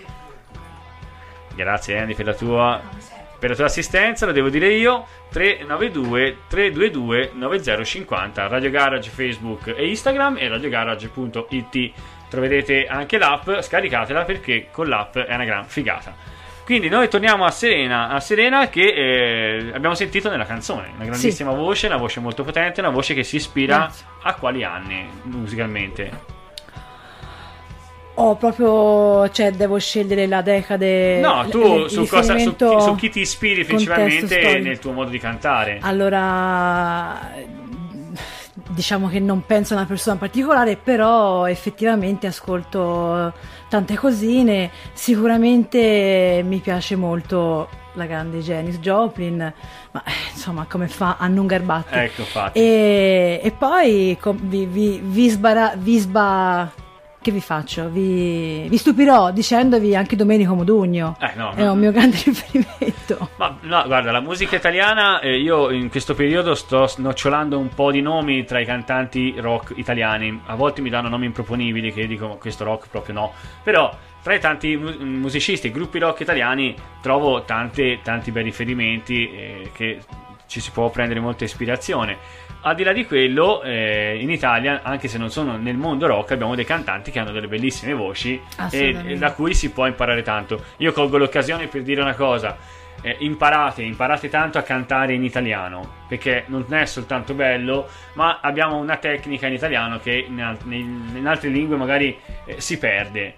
Grazie Andy per la tua, per la tua assistenza, lo devo dire io. Tre nove due tre due due nove zero cinque zero, Radio Garage Facebook e Instagram, e radiogarage punto it. Troverete anche l'app, scaricatela perché con l'app è una gran figata. Quindi noi torniamo a Serena, a Serena che eh, abbiamo sentito nella canzone, una grandissima voce, una voce molto potente, una voce che si ispira Grazie. a quali anni musicalmente? Ho proprio, cioè, devo scegliere la decade. No, l- tu il su, cosa, su, riferimento- chi, su chi ti ispiri contesto principalmente storico. nel tuo modo di cantare? Allora, diciamo che non penso a una persona particolare, però effettivamente ascolto tante cosine. Sicuramente mi piace molto la grande Janis Joplin, ma eh, insomma, come fa a non garbatto? Ecco, infatti. E, e poi com- vi, vi, vi, sbara- vi sba... Che vi faccio? Vi, vi stupirò dicendovi anche Domenico Modugno. Eh, no, È no. un mio grande riferimento. Ma no, guarda, la musica italiana, eh, io in questo periodo sto snocciolando un po' di nomi tra i cantanti rock italiani. A volte mi danno nomi improponibili che dico questo rock proprio no. Però tra i tanti mu- musicisti e gruppi rock italiani trovo tante, tanti bei riferimenti eh, che ci si può prendere molta ispirazione. Al di là di quello, eh, in Italia, anche se non sono nel mondo rock, abbiamo dei cantanti che hanno delle bellissime voci e, Assolutamente. e da cui si può imparare tanto. Io colgo l'occasione per dire una cosa: eh, imparate, imparate tanto a cantare in italiano, perché non è soltanto bello, ma abbiamo una tecnica in italiano che in, al- in- in altre lingue magari eh, si perde.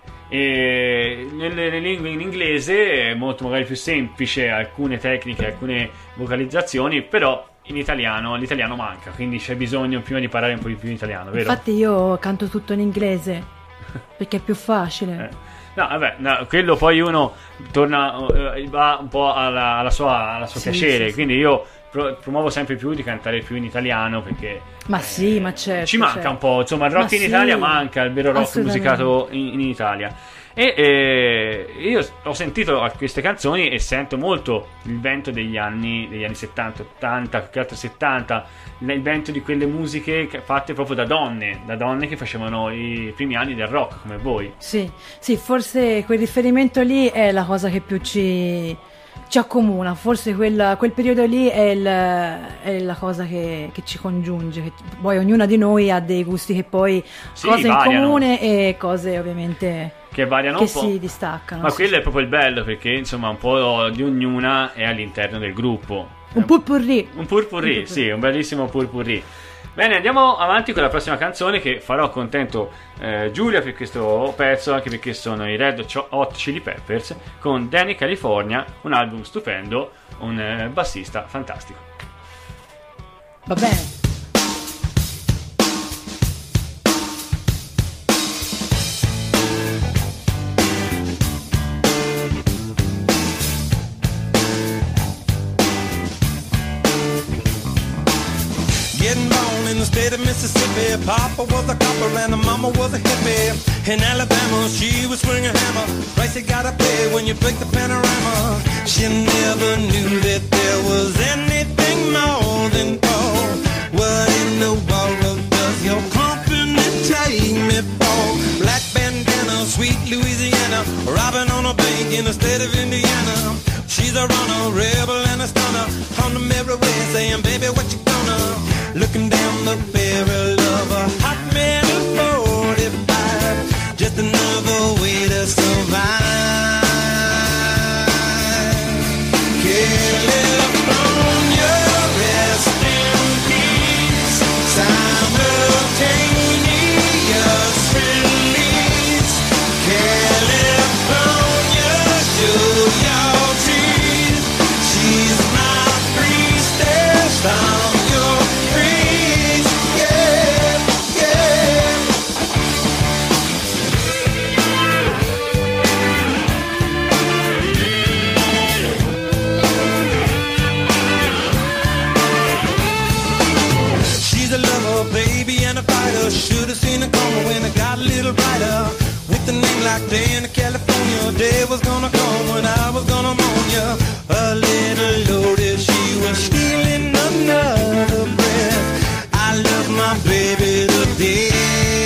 E nelle, nelle lingue in inglese è molto magari più semplice alcune tecniche, alcune vocalizzazioni, però in italiano l'italiano manca, quindi c'è bisogno prima di parlare un po' di più in italiano, vero? Infatti io canto tutto in inglese perché è più facile. Eh. No, vabbè, no, quello poi uno torna, eh, va un po' alla, alla sua, alla sua Sì, piacere, sì, sì. quindi io pro- promuovo sempre più di cantare più in italiano perché Ma sì, ma certo, ci manca certo. un po', insomma, il rock Ma in sì, Italia manca, il vero rock assolutamente. musicato in, in Italia. E eh, io ho sentito queste canzoni e sento molto il vento degli anni degli anni settanta, ottanta, più che altro settanta, il vento di quelle musiche che- fatte proprio da donne, da donne che facevano i primi anni del rock come voi. Sì, sì, forse quel riferimento lì è la cosa che più ci, ci accomuna, forse quel, quel periodo lì è, il- è la cosa che, che ci congiunge, che poi ognuna di noi ha dei gusti che poi Sì, cose in variano. comune e cose ovviamente Che variano che un po'. si distaccano. Ma sì, quello sì. è proprio il bello, perché insomma un po' di ognuna è all'interno del gruppo. Un purpurri. Un purpurri, Un purpurri. sì, un bellissimo purpurri. Bene, andiamo avanti con la prossima canzone che farò contento eh, Giulia per questo pezzo, anche perché sono i Red Hot Chili Peppers con Danny California, un album stupendo, un eh, bassista fantastico. Va bene. Getting born in the the state of Mississippi. Papa was a copper and the mama was a hippie. In Alabama, she was swinging a hammer. Price you gotta pay when you break the panorama. She never knew that there was anything more than gold. What in the world does your company take me for? Black bandana, sweet Louisiana, robbing on a bank in the state of Indiana. She's a runner, rebel and a stunner, on the merry way saying, baby, what you gonna? Looking down the barrel of a hot metal forty-five, just another way to survive. California, rest in peace. Simultaneous release. California, show your teeth. She's my priestess, I'm your priest. Yeah, yeah. She's a lover, baby, and a fighter. Should've seen her coming when it got a little brighter. With a name like Dana, California, day was gonna come when I was gonna mourn ya. A little loaded, she was stealing another breath. I love my baby to death.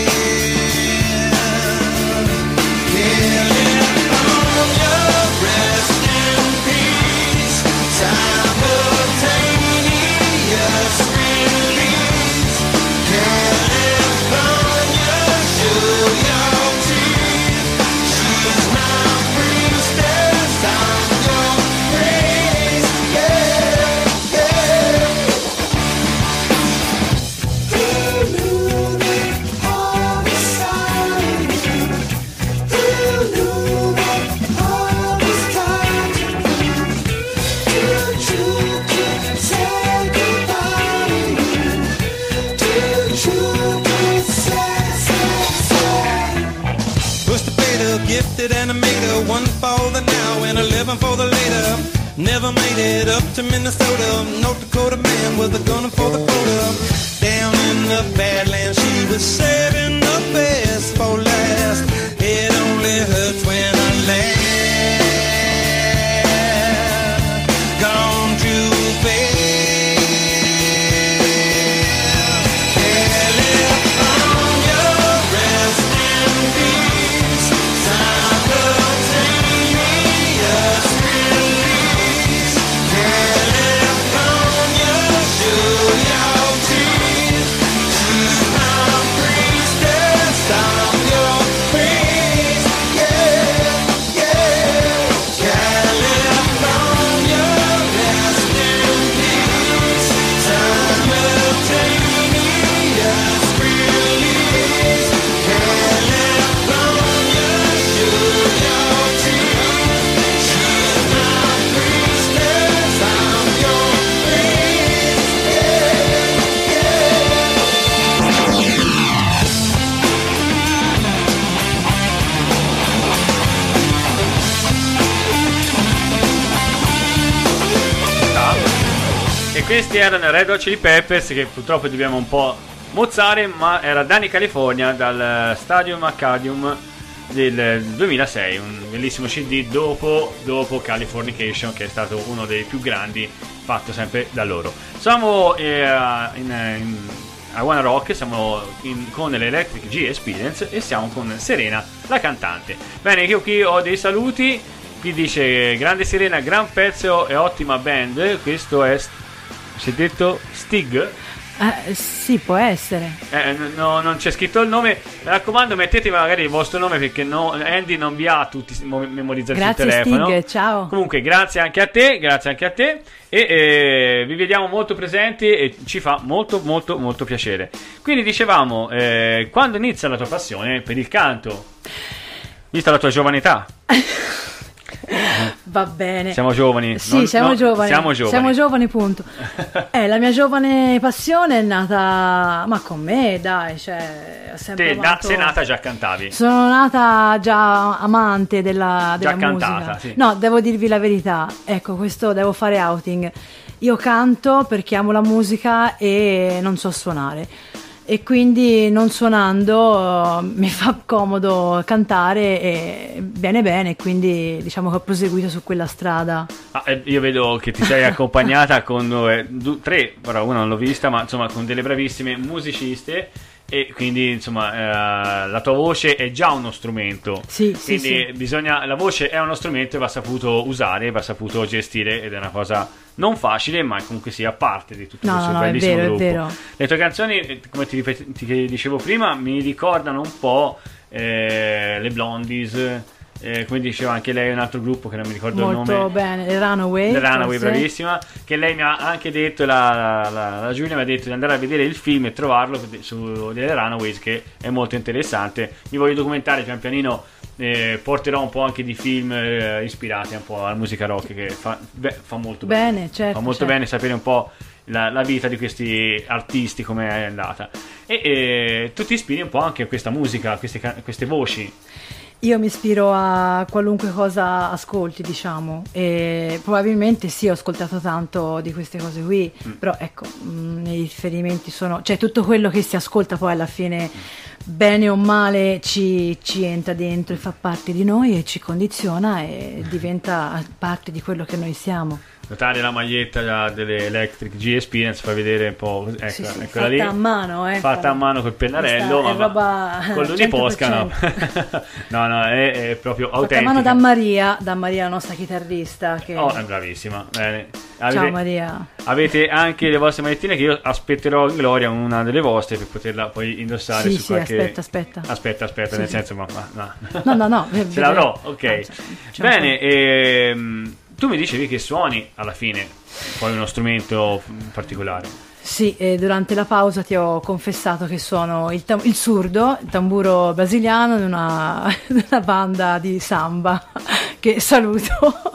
California, rest in peace. Simultaneous release. California, show your teeth. She's my priestess, I'm your priest. Yeah, yeah. Who knew that all was silent? Who knew that all was time to Did you just say goodbye? Did you just say, say, say? Push the beta, gifted animator, one for the now and eleven for the later. Never made it up to Minnesota. North Dakota man with a gun for the quota. Down in the Badlands, she was saving the best for last. It only hurts when I laugh. Gone too fast. California, rest in peace. Simultaneous release. California, show your teeth. She's my priestess, I'm your priest. Yeah, yeah. California, rest in peace. Simultaneous release. California, show your teeth. She's my priestess, I'm your priest. Yeah, E questi erano i Red Hot Chili Peppers, che purtroppo dobbiamo un po' mozzare, ma era Danny California dal Stadium Arcadium del duemilasei, un bellissimo C D dopo, dopo Californication, che è stato uno dei più grandi fatto sempre da loro. Siamo eh, in, in, a One Rock, siamo in, con l'Electric G Experience e siamo con Serena, la cantante. Bene, io qui ho dei saluti. Qui dice: grande Serena, gran pezzo e ottima band. Questo è, si è detto Stig? Eh, sì, può essere. Eh, no, non c'è scritto il nome. Mi raccomando, mettete magari il vostro nome, perché no, Andy non vi ha tutti memorizzati sul Grazie telefono. Stig, ciao. Comunque grazie anche a te, grazie anche a te. E eh, vi vediamo molto presenti e ci fa molto molto molto piacere. Quindi dicevamo, eh, quando inizia la tua passione per il canto? Vista la tua giovane età. Va bene. Siamo giovani. Sì, non- siamo no, giovani. Siamo giovani. Siamo giovani, punto. Eh, la mia giovane passione è nata, ma con me, dai, cioè, ho sempre Te na- amato- sei nata già cantavi. Sono nata già amante della, Già della cantata, musica. sì. No, devo dirvi la verità. Ecco, questo devo fare outing. Io canto perché amo la musica e non so suonare. E quindi non suonando eh, mi fa comodo cantare e bene bene, quindi diciamo che ho proseguito su quella strada. Ah, eh, io vedo che ti sei accompagnata con eh, du- tre, però una non l'ho vista, ma insomma con delle bravissime musiciste. E quindi insomma eh, la tua voce è già uno strumento. Sì, sì, quindi sì. bisogna, la voce è uno strumento e va saputo usare, va saputo gestire, ed è una cosa non facile, ma comunque sia parte di tutto No, questo no, no, è bellissimo vero, è gruppo. vero. Le tue canzoni, eh, come ti, ripet- ti dicevo prima, mi ricordano un po' eh, le Blondies, eh, come diceva anche lei, un altro gruppo che non mi ricordo Molto il nome. bene, le Runaway. The Runaway, forse. bravissima, che lei mi ha anche detto, la, la, la Giulia mi ha detto di andare a vedere il film e trovarlo su delle Runaways, che è molto interessante. Mi voglio documentare pian pianino, eh, porterò un po' anche di film eh, ispirati un po' alla musica rock, che fa, beh, fa molto bene, Bene, certo, fa molto certo. bene sapere un po' la, la vita di questi artisti, come è andata, e eh, tu ti ispiri un po' anche a questa musica, a queste, ca- queste voci. Io mi ispiro a qualunque cosa ascolti, diciamo, e probabilmente sì, ho ascoltato tanto di queste cose qui, però ecco, mh, i riferimenti sono, cioè tutto quello che si ascolta poi alla fine, bene o male, ci, ci entra dentro e fa parte di noi e ci condiziona e diventa parte di quello che noi siamo. Notare la maglietta delle Electric G Experience, fa vedere un po', ecco, Sì, sì, eccola fatta lì, a mano, eh, fatta fa- a mano col pennarello, Questa è ma roba con l'uniposca no. cento no no è, è proprio Fatta a autentica. mano da Maria, da Maria, la nostra chitarrista. Che... Oh, è bravissima, bene. Ciao Avete, Maria. avete anche le vostre magliettine, che io aspetterò in gloria una delle vostre per poterla poi indossare Sì, su sì, qualche... aspetta, aspetta. aspetta aspetta Sì, nel sì. senso ma, ma no. No, no, no. Ce l'avrò, ok. Ah, c'è- c'è un Bene, ehm, tu mi dicevi che suoni alla fine poi uno strumento particolare. Sì, e durante la pausa ti ho confessato che suono il, tam- il surdo, il tamburo brasiliano di una, di una banda di samba che saluto.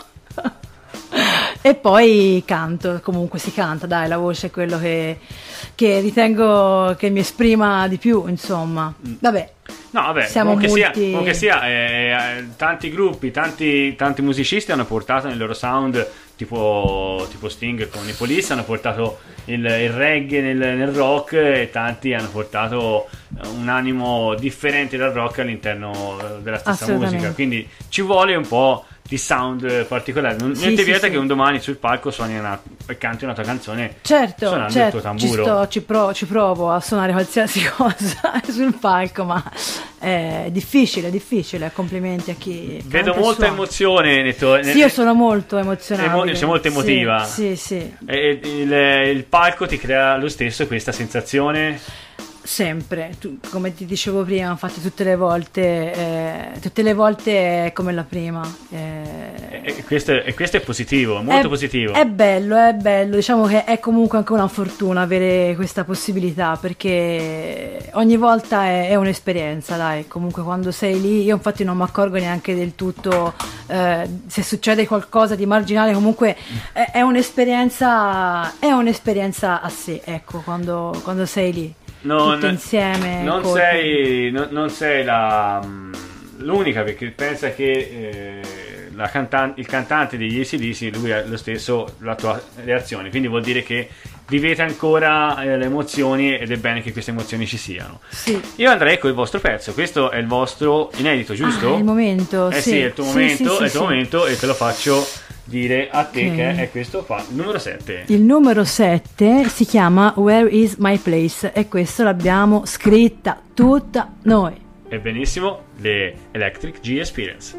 E poi canto, comunque si canta, dai, la voce è quello che, che ritengo che mi esprima di più, insomma. Vabbè. No, vabbè, Siamo comunque sia, multi- comunque sia eh, eh, tanti gruppi, tanti, tanti musicisti hanno portato nel loro sound, tipo, tipo Sting con i Police, hanno portato il, il reggae nel, nel rock, e tanti hanno portato un animo differente dal rock all'interno eh, della stessa Assolutamente. musica, quindi ci vuole un po' di sound particolare. Non Sì, niente sì, vieta sì. che un domani sul palco suoni una, e canti una tua canzone Certo, suonando il certo, tuo ci, tamburo. sto, ci, pro- ci provo a suonare qualsiasi cosa sul palco, ma è difficile, è difficile. Complimenti a chi Vedo canta e molta suona. emozione nei tuoi- Sì, io sono molto emozionata. Emo- sei molto emotiva. Sì, sì, sì. E il, il palco ti crea lo stesso questa sensazione? Sempre, tu- come ti dicevo prima, infatti tutte le volte, eh, tutte le volte è come la prima. eh, E questo, è- e questo è positivo, è molto è, positivo. È bello, è bello, diciamo che è comunque anche una fortuna avere questa possibilità, perché ogni volta è, è un'esperienza, dai, comunque quando sei lì, io infatti non mi accorgo neanche del tutto eh, se succede qualcosa di marginale, comunque è, è un'esperienza, è un'esperienza a sé, ecco, quando, quando sei lì. Non, tutto insieme, non colpo. sei, non, non sei la, mm, l'unica, perché pensa che eh, la cantan- il cantante degli A C D C, lui ha lo stesso la tua reazione, quindi vuol dire che vivete ancora eh, le emozioni, ed è bene che queste emozioni ci siano. Sì. Io andrei con il vostro pezzo, questo è il vostro inedito, giusto? Ah, è il momento, Eh sì. sì, è il tuo Sì, momento, sì, sì, è il tuo sì. momento, e te lo faccio dire a te, Ok. che è questo qua, il numero sette. Il numero sette si chiama Where is my place e questo l'abbiamo scritta tutta noi. E benissimo, le Electric G Experience.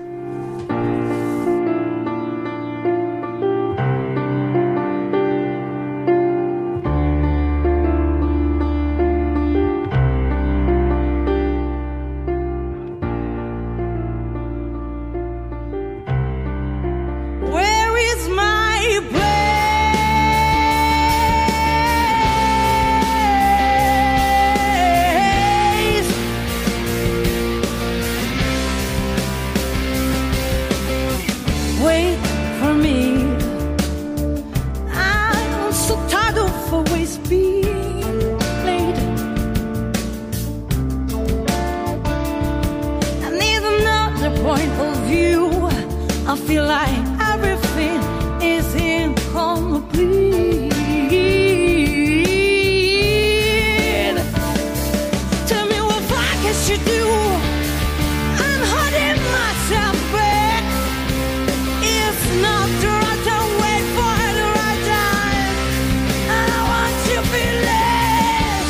Where is my place? I feel like everything is incomplete. Tell me what I guess you do. I'm holding myself back. It's not the right time, wait for the right time. And I want to be less.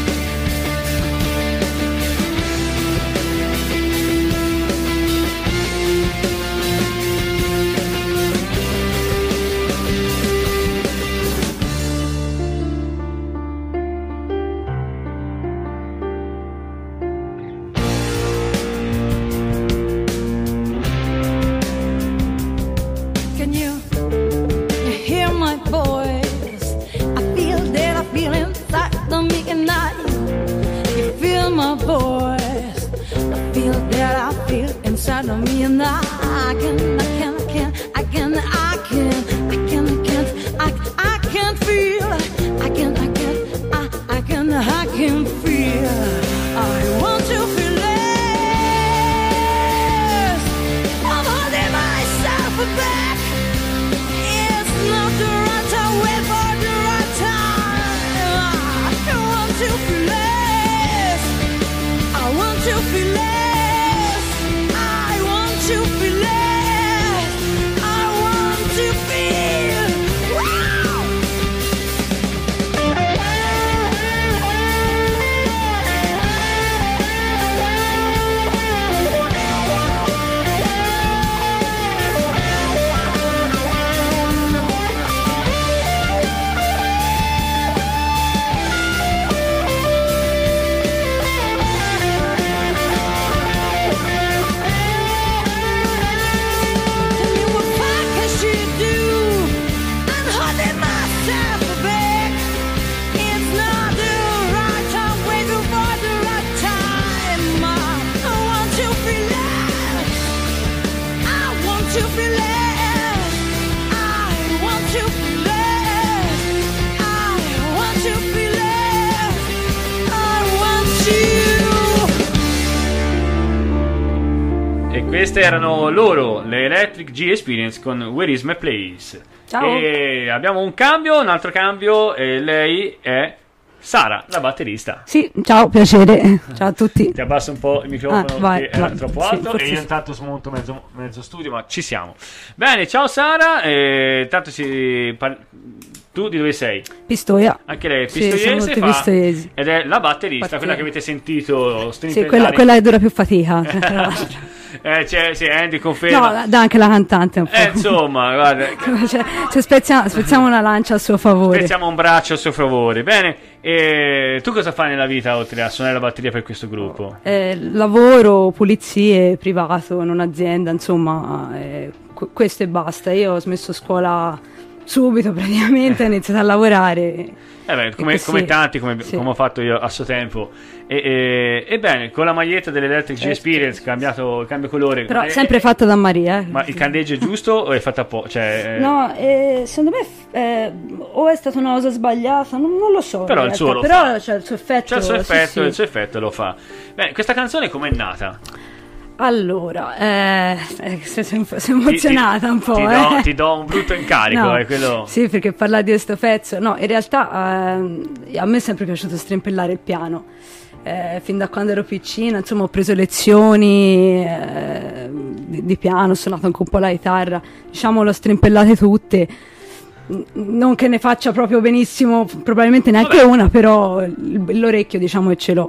Can you, you hear my voice? I feel that I feel inside of me and I. You feel my voice. I feel that I feel inside of me and I. I can, I can, I can, I can, I can, I can, I can't, I, I can feel. I can, I can, I, I can, I can feel. I want to feel less. I'm holding myself back. It's not the right time, wait for the right time. I want to feel less. I want to feel less. I want to feel less. I want to feel. Wow! Tell me what fuck I should do. I'm holding myself back. It's not the right time, waiting for the right time. I want to feel less. I want to feel less. I want to feel less. I want to feel less. I want you. E queste erano loro, le Electric G Experience con Where Is My Place. Ciao. E abbiamo un cambio, un altro cambio, e lei è Sara, la batterista. Sì, ciao, piacere. Ciao a tutti. Ti abbasso un po' il microfono Ah, vai, che era vai. troppo Sì, alto forse e io sì. intanto smonto mezzo, mezzo studio, ma ci siamo. Bene, ciao Sara, e tanto si par- tu di dove sei? Pistoia. Anche lei è Sì, siamo pistoiese, tutti fa- pistoiesi. ed è la batterista, Infatti- quella che avete sentito Sì, strimpellare. quella, quella che dura più fatica. eh, c'è, sì, Andy conferma. No, dà anche la cantante un po'. Eh, insomma, guarda, Cioè, se spezziamo, spezziamo una lancia a suo favore. spezziamo un braccio a suo favore. Bene, e tu cosa fai nella vita oltre a suonare la batteria per questo gruppo? Eh, lavoro, pulizie, privato, in un'azienda, insomma, eh, qu- questo e basta. Io ho smesso scuola subito praticamente, ho iniziato a lavorare. Eh beh, come, E così- come tanti, come, sì. come ho fatto io a suo tempo. E, e, ebbene, con la maglietta dell'Electric G Eh, Experience, cambiato, cambio colore. Però Eh, sempre eh, fatta da Maria. eh. Ma il candeggio è giusto o è fatta po'? Cioè, eh, No, eh, secondo me f- eh, o è stata una cosa sbagliata, non, non lo so. in Però il realtà. suo lo Però fa. c'è il suo effetto. c'è il suo sì, effetto, sì. il suo effetto lo fa. Bene, questa canzone com'è nata? Allora, eh, eh, sei, sei emozionata Ti- un po'. ti, eh. do, ti do un brutto incarico, No, è quello. Sì, perché parlare di questo pezzo, no, in realtà ehm, a me è sempre piaciuto strimpellare il piano. Eh, fin da quando ero piccina, insomma, ho preso lezioni eh, di, di piano, ho suonato anche un po' la chitarra, diciamo, l'ho strimpellate tutte. N- Non che ne faccia proprio benissimo, probabilmente neanche Vabbè. una, però l- l'orecchio, diciamo, che ce l'ho.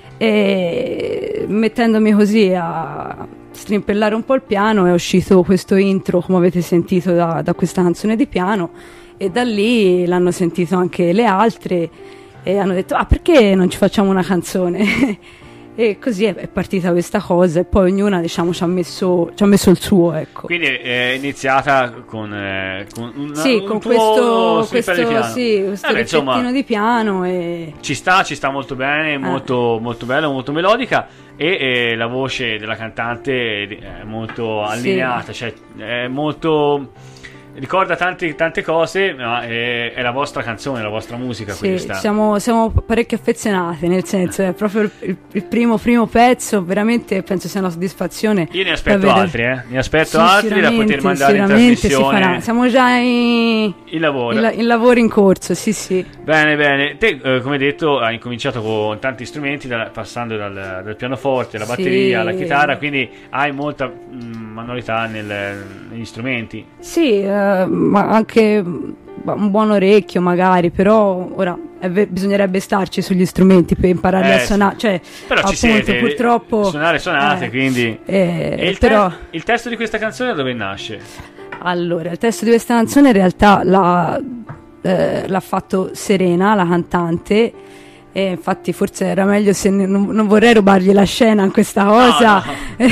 E mettendomi così a strimpellare un po' il piano è uscito questo intro, come avete sentito, da, da questa canzone di piano, e da lì l'hanno sentito anche le altre e hanno detto: ah, perché non ci facciamo una canzone? E così è, è partita questa cosa, e poi ognuna, diciamo, ci ha messo, ci ha messo il suo, ecco. Quindi è iniziata con, eh, con una, Sì, un con tuo questo, strippello di questo, piano. sì, questo Eh beh, insomma, pezzettino di piano e... ci sta, ci sta molto bene, molto, molto bella, molto melodica, e, e la voce della cantante è molto allineata, cioè è molto ricorda tante, tante cose, ma è, è la vostra canzone, la vostra musica Sì, questa. siamo, siamo parecchio affezionati, nel senso è proprio il, il- il primo primo pezzo, veramente penso sia una soddisfazione. Io ne aspetto davvero. altri, eh. Ne aspetto Sì, altri da sicuramente, poter mandare in sicuramente si trasmissione. farà. Siamo già in, Il lavoro. in, in lavoro in corso, sì sì. Bene, bene. Te, eh, come detto, hai incominciato con tanti strumenti, da- passando dal, dal pianoforte alla Sì. batteria, alla chitarra, quindi hai molta mh, manualità nel- negli strumenti. Sì, eh, ma anche un buon orecchio magari, però ora è ve- bisognerebbe starci sugli strumenti per impararli Eh, a sì. suonare, cioè Però ci appunto siete, purtroppo suonare suonate, eh, quindi... eh, E il, però te- il testo di questa canzone da dove nasce? allora il testo di questa canzone in realtà l'ha, eh, l'ha fatto Serena, la cantante. E infatti forse era meglio se ne- non, non vorrei rubargli la scena in questa cosa, no.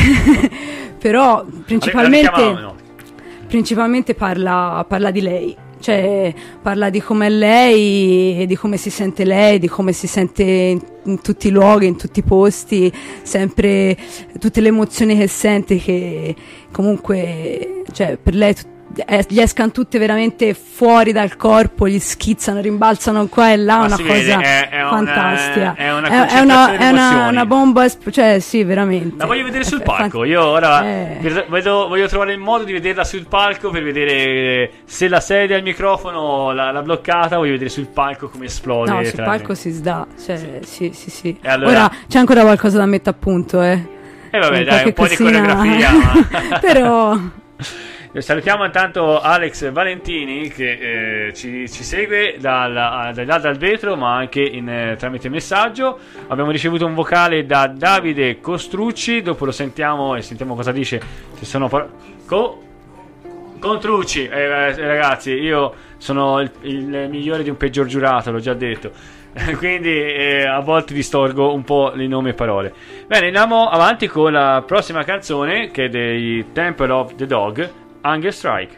però La principalmente richiamavamo, no? principalmente parla, parla di lei, cioè parla di com'è lei, e di come si sente lei, di come si sente in, in tutti i luoghi, in tutti i posti, sempre tutte le emozioni che sente, che comunque cioè, per lei tut- eh, gli escano tutte veramente fuori dal corpo, gli schizzano, rimbalzano qua e là, Ma una si cosa vede, è- è una- fantastica. è una è, è concentrazione una, di è una- emozioni. una bomba, esp- cioè sì, veramente. La voglio vedere sul È fa- palco. Io ora Eh. vedo- vedo- voglio trovare il modo di vederla sul palco per vedere se la sedia al microfono l'ha, l'ha bloccata. Voglio vedere sul palco come esplode. No, sul tra- palco si sdà, cioè, sì, sì, sì. E allora- Ora c'è ancora qualcosa da mettere a punto, eh. E vabbè, C'è dai, un qualche po' di cosina- coreografia. ma- Però Salutiamo intanto Alex Valentini che eh, ci, ci segue dalla- da là dal vetro, ma anche in, eh, tramite messaggio. Abbiamo ricevuto un vocale da Davide Costrucci, dopo lo sentiamo e sentiamo cosa dice. Se sono par- Co- Contrucci, eh, eh, ragazzi, io sono il, il migliore di un peggior giurato, l'ho già detto. Quindi eh, a volte distorgo un po' i nomi e parole. Bene, andiamo avanti con la prossima canzone, che è dei Temple of the Dog, Hunger Strike.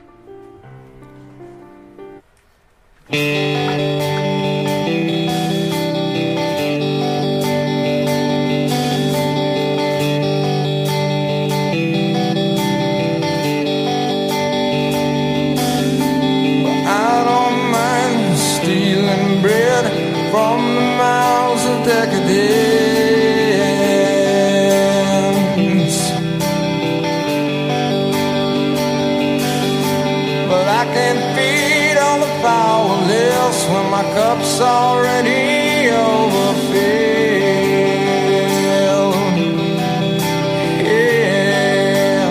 I don't mind stealing bread from the mouths of decadence, but I can't feed all the powerless when my cup's already overfilled. Yeah.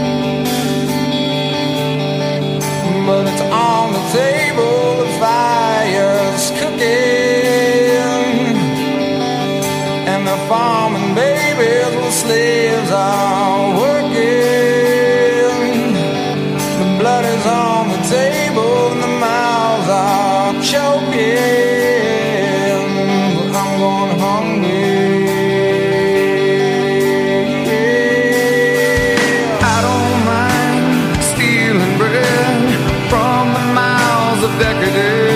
But it's on the table, the fire's cooking, and the farming babies with slaves are working. The blood is on the table and the mouths are choking. But I'm going hungry. I don't mind stealing bread from the mouths of decadence,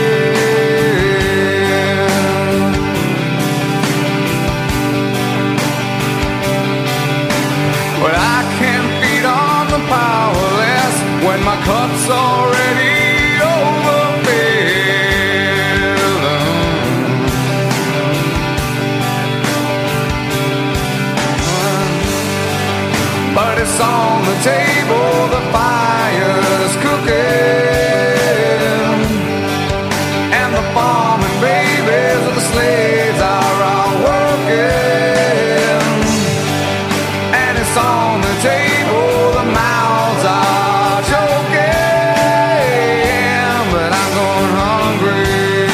but I can't feed on the powerless when my cup's already overfilled. But it's on the table, the fire's cooking, and the farming babies of the slaves are all working. And it's on the table, the mouths are choking, but I'm going hungry.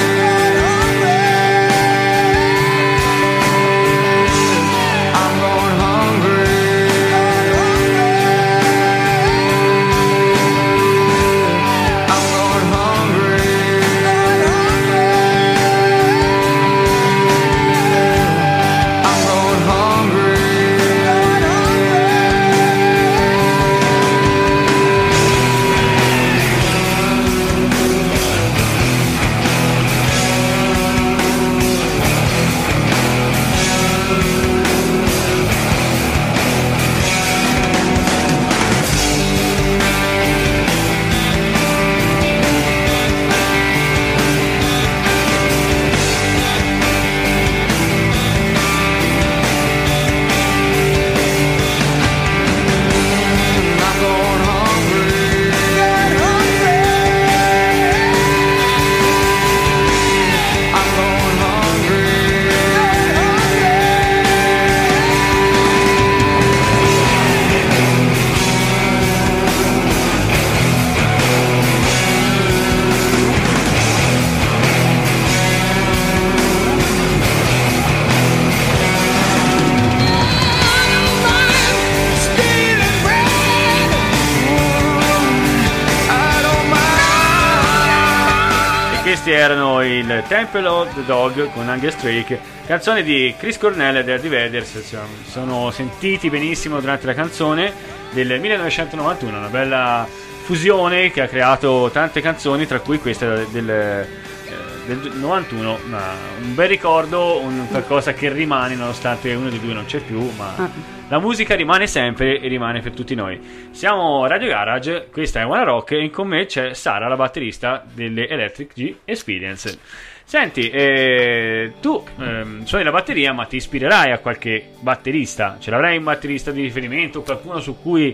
I'm going hungry. questi erano il Temple of the Dog con Angus Drake, canzone di Chris Cornell e Eddie Vedder. Sono sentiti benissimo durante la canzone del millenovecentonovantuno, una bella fusione che ha creato tante canzoni, tra cui questa del, eh, del novantuno, ma un bel ricordo, un qualcosa che rimane nonostante uno dei due non c'è più, ma ah. la musica rimane sempre e rimane per tutti noi. Siamo Radio Garage, questa è Wanna Rock e con me c'è Sara, la batterista delle Electric G Experience. Senti, eh, tu ehm, suoni la batteria, ma ti ispirerai a qualche batterista? Ce l'avrai un batterista di riferimento, qualcuno su cui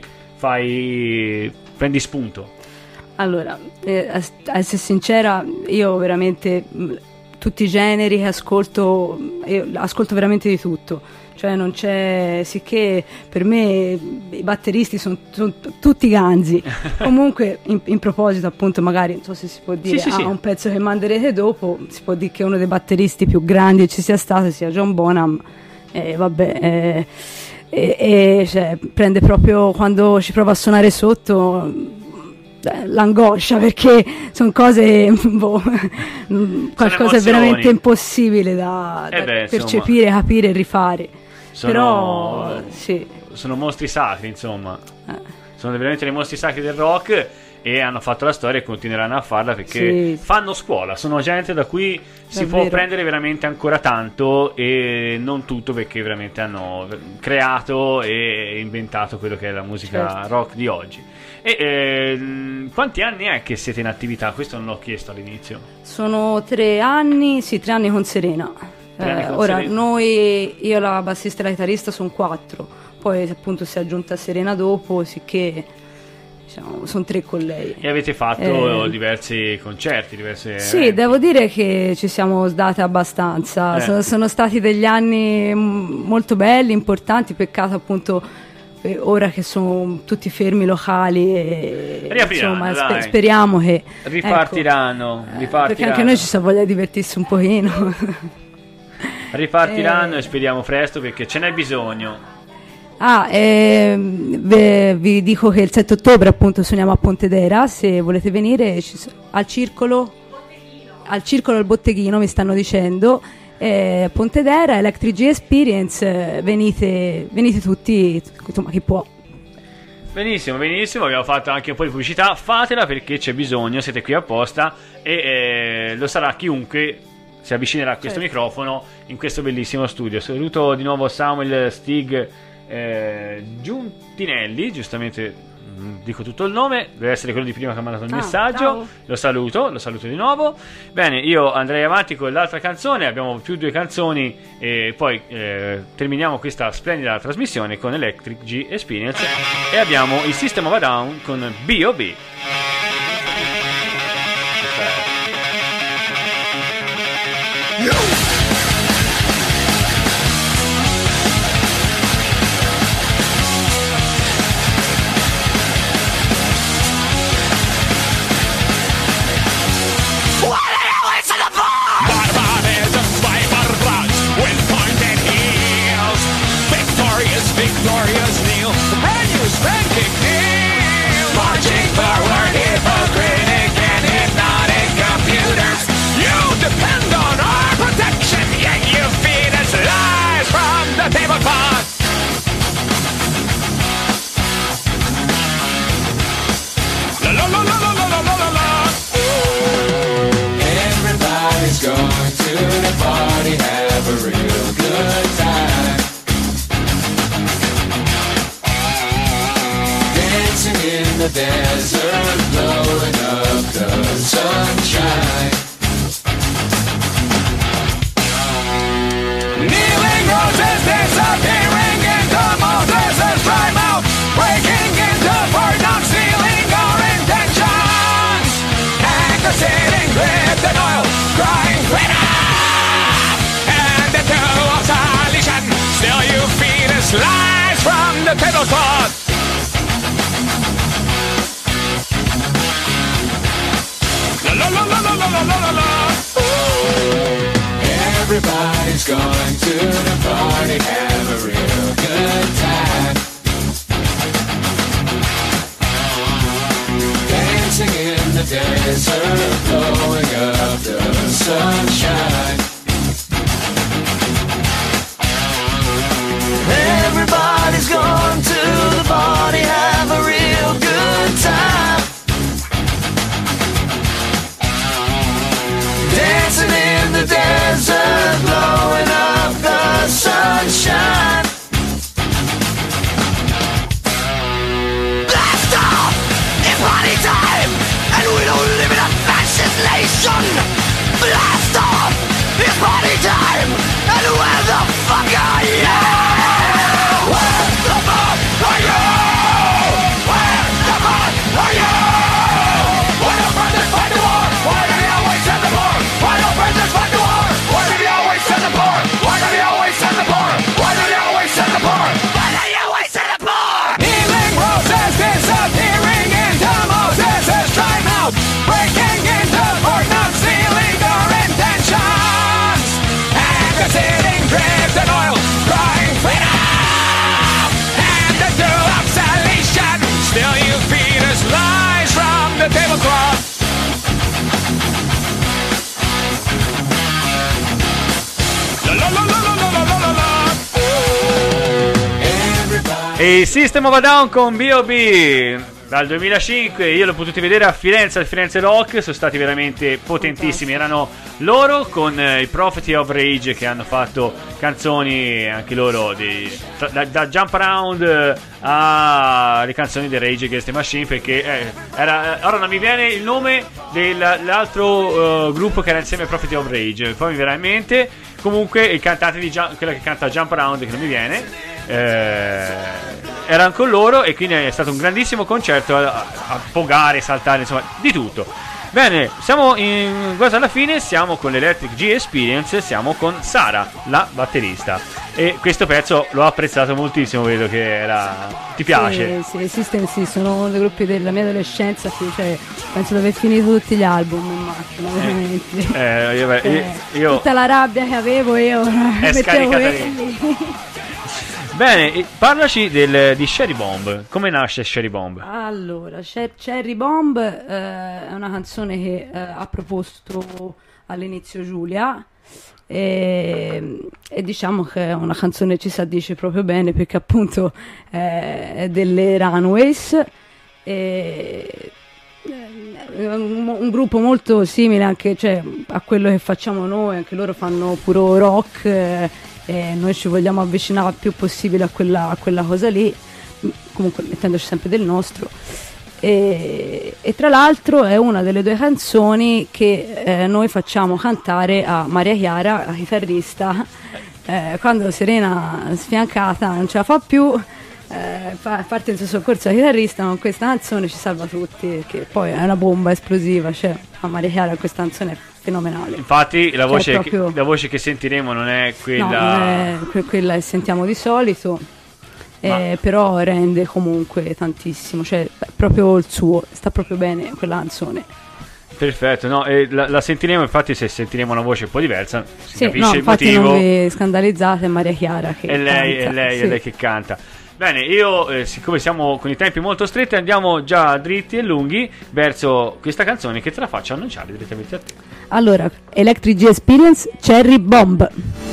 fai prendi spunto? Allora, eh, a, a essere sincera, io veramente mh, tutti i generi che ascolto, io ascolto veramente di tutto. Cioè non c'è, sicché per me i batteristi sono son tutti ganzi. Comunque in, in proposito appunto, magari non so se si può dire, sì, sì, a sì. un pezzo che manderete dopo, si può dire che uno dei batteristi più grandi che ci sia stato sia John Bonham, e vabbè, eh, e, e cioè, prende proprio, quando ci prova a suonare sotto, eh, l'angoscia, perché sono cose boh, qualcosa è veramente impossibile da, eh da beh, percepire, insomma, capire e rifare. sono, Però sì, sono mostri sacri, insomma, eh. sono veramente dei mostri sacri del rock e hanno fatto la storia e continueranno a farla perché Sì. fanno scuola, sono gente da cui si Davvero. può prendere veramente ancora tanto, e non tutto, perché veramente hanno creato e inventato quello che è la musica Certo. rock di oggi. E eh, quanti anni è che siete in attività? Questo non l'ho chiesto all'inizio. sono tre anni, sì, tre anni con Serena. Tre anni Eh, con ora Serena. noi, io la bassista e la chitarrista sono quattro, poi appunto si è aggiunta Serena dopo, sicché diciamo, sono tre con lei. E avete fatto Eh. diversi concerti, diverse Sì, eventi. devo dire che ci siamo sdate abbastanza. Eh. Sono, sono stati degli anni mm, molto belli, importanti. Peccato appunto eh, ora che sono tutti fermi i locali. E, Riapriranno, insomma, dai. speriamo che ripartiranno, ecco, ripartiranno. perché anche noi ci sa voglia di divertirsi un pochino. ripartiranno Eh. e speriamo presto, perché ce n'è bisogno. Ah, ehm, ve- vi dico che il sette ottobre appunto suoniamo a Pontedera, se volete venire ci so- al circolo al circolo al botteghino, mi stanno dicendo, eh, Pontedera, Electric G Experience, eh, venite, venite tutti, insomma, chi può. Benissimo, benissimo, abbiamo fatto anche un po' di pubblicità, fatela perché c'è bisogno, siete qui apposta e eh, lo sarà chiunque si avvicinerà a questo Certo. microfono in questo bellissimo studio. Saluto di nuovo Samuel Stig eh, Giuntinelli, giustamente mh, dico tutto il nome, deve essere quello di prima che ha mandato il Ah, messaggio. ciao. Lo saluto, lo saluto di nuovo. Bene, io andrei avanti con l'altra canzone, abbiamo più due canzoni e poi eh, terminiamo questa splendida trasmissione con Electric G Experience e abbiamo il System of a Down con B O B. Victorious kneel, the brand new spanking kneel, marching forward, hypocritic and hypnotic computers. You depend on our protection. E il System of a Down con B O B dal duemilacinque, io l'ho potuto vedere a Firenze, al Firenze Rock, sono stati veramente potentissimi. Erano loro con eh, i Prophecy of Rage, che hanno fatto canzoni anche loro di, da, da Jump Around eh, alle canzoni di Rage Against the Machine, perché eh, era, ora non mi viene il nome dell'altro uh, gruppo che era insieme ai Prophecy of Rage, poi mi verrà in mente. Comunque il cantante di Jump, quella che canta Jump Around, che non mi viene, eh, erano con loro, e quindi è stato un grandissimo concerto a, a pogare, saltare, insomma, di tutto. Bene, siamo in quasi alla fine, siamo con l'Electric G Experience, siamo con Sara, la batterista, e questo pezzo l'ho apprezzato moltissimo, vedo che era... ti piace? Sì, sì, System sì, sono uno dei gruppi della mia adolescenza, sì, cioè, penso di aver finito tutti gli album in macchina, veramente. Eh, io, beh, Cioè, io, io tutta la rabbia che avevo io è mettevo scaricata quelli. Bene, e parlaci del, di Cherry Bomb. Come nasce Cherry Bomb? Allora, Cher- Cherry Bomb eh, è una canzone che eh, ha proposto all'inizio Giulia, e, e diciamo che è una canzone che ci si addice proprio bene, perché appunto eh, è delle Runaways, e è un, un gruppo molto simile anche, cioè, a quello che facciamo noi, anche loro fanno puro rock, eh, e noi ci vogliamo avvicinare il più possibile a quella, a quella cosa lì, comunque mettendoci sempre del nostro. E, e tra l'altro è una delle due canzoni che eh, noi facciamo cantare a Maria Chiara, la chitarrista, eh, quando Serena sfiancata non ce la fa più, eh, fa, parte il suo soccorso alla chitarrista, con questa canzone ci salva tutti, perché poi è una bomba esplosiva, cioè a Maria Chiara questa canzone è fenomenale. Infatti la voce, Cioè, proprio... che, la voce che sentiremo non è quella... No, non è que- quella che sentiamo di solito, Ma... eh, però rende comunque tantissimo, cioè è proprio il suo, sta proprio bene quella canzone. Perfetto, no, e la, la sentiremo, infatti se sentiremo una voce un po' diversa si Sì, capisce no, il infatti motivo. non vi scandalizzate, è Maria Chiara che È lei, canta, è lei, sì. è lei che canta. Bene, io eh, siccome siamo con i tempi molto stretti, andiamo già dritti e lunghi verso questa canzone, che te la faccio annunciare direttamente a te. Allora, Electric G Experience, Cherry Bomb.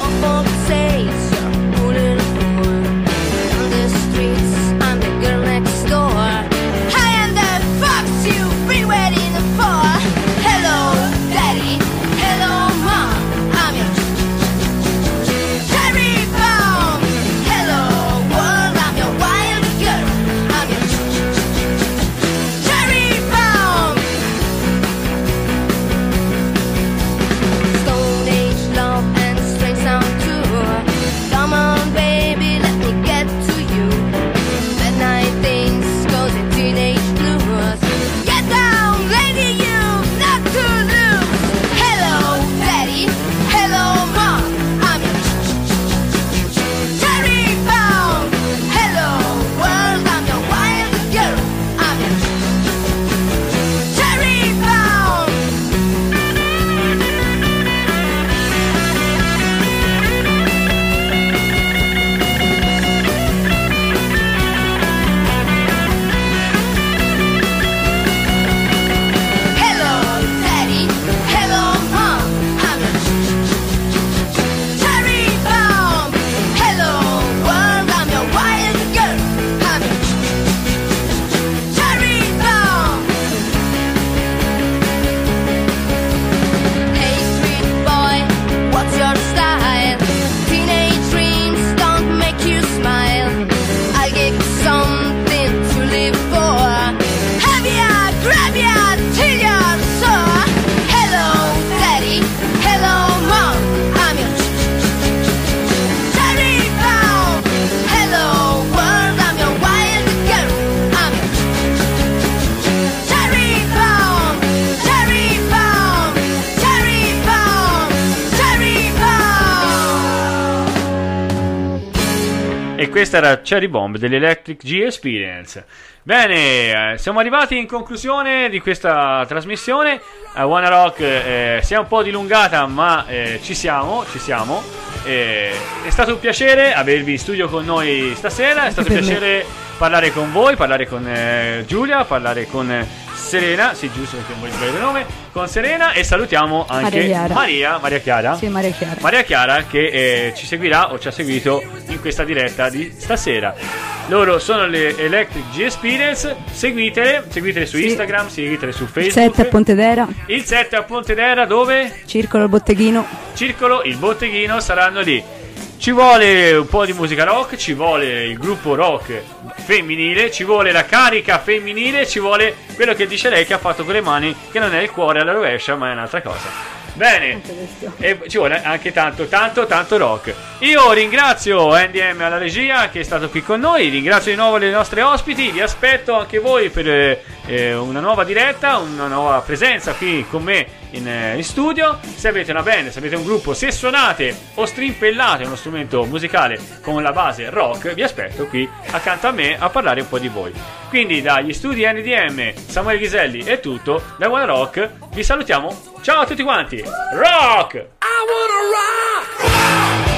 E questa era Cherry Bomb dell'Electric G Experience. Bene, eh, siamo arrivati in conclusione di questa trasmissione. A Wanna Rock eh, si è un po' dilungata, ma eh, ci siamo, ci siamo. Eh, è stato un piacere avervi in studio con noi stasera. È stato un per me. piacere parlare con voi, parlare con eh, Giulia, parlare con eh, Serena, sì giusto perché non voglio sbagliare il nome, con Serena, e salutiamo anche Maria Chiara. Maria, Maria Chiara? Sì, Maria Chiara. Maria Chiara che eh, ci seguirà o ci ha seguito in questa diretta di stasera. Loro sono le Electric G Experience, seguitele, seguitele su Sì. Instagram, seguitele su Il Facebook. set a Pontedera, Il set a Pontedera dove? Circolo il Botteghino. Circolo, il Botteghino saranno lì. Ci vuole un po' di musica rock, ci vuole il gruppo rock femminile, ci vuole la carica femminile, ci vuole quello che dice lei che ha fatto con le mani, che non è il cuore alla rovescia ma è un'altra cosa. Bene, e ci vuole anche tanto, tanto, tanto rock. Io ringrazio N D M alla regia che è stato qui con noi, ringrazio di nuovo le nostre ospiti, vi aspetto anche voi per eh, una nuova diretta, una nuova presenza qui con me in, eh, in studio. Se avete una band, se avete un gruppo, se suonate o strimpellate uno strumento musicale con la base rock, vi aspetto qui accanto a me a parlare un po' di voi. Quindi dagli studi N D M, Samuele Ghiselli è tutto, da One Rock vi salutiamo, ciao a tutti quanti, rock! I wanna rock!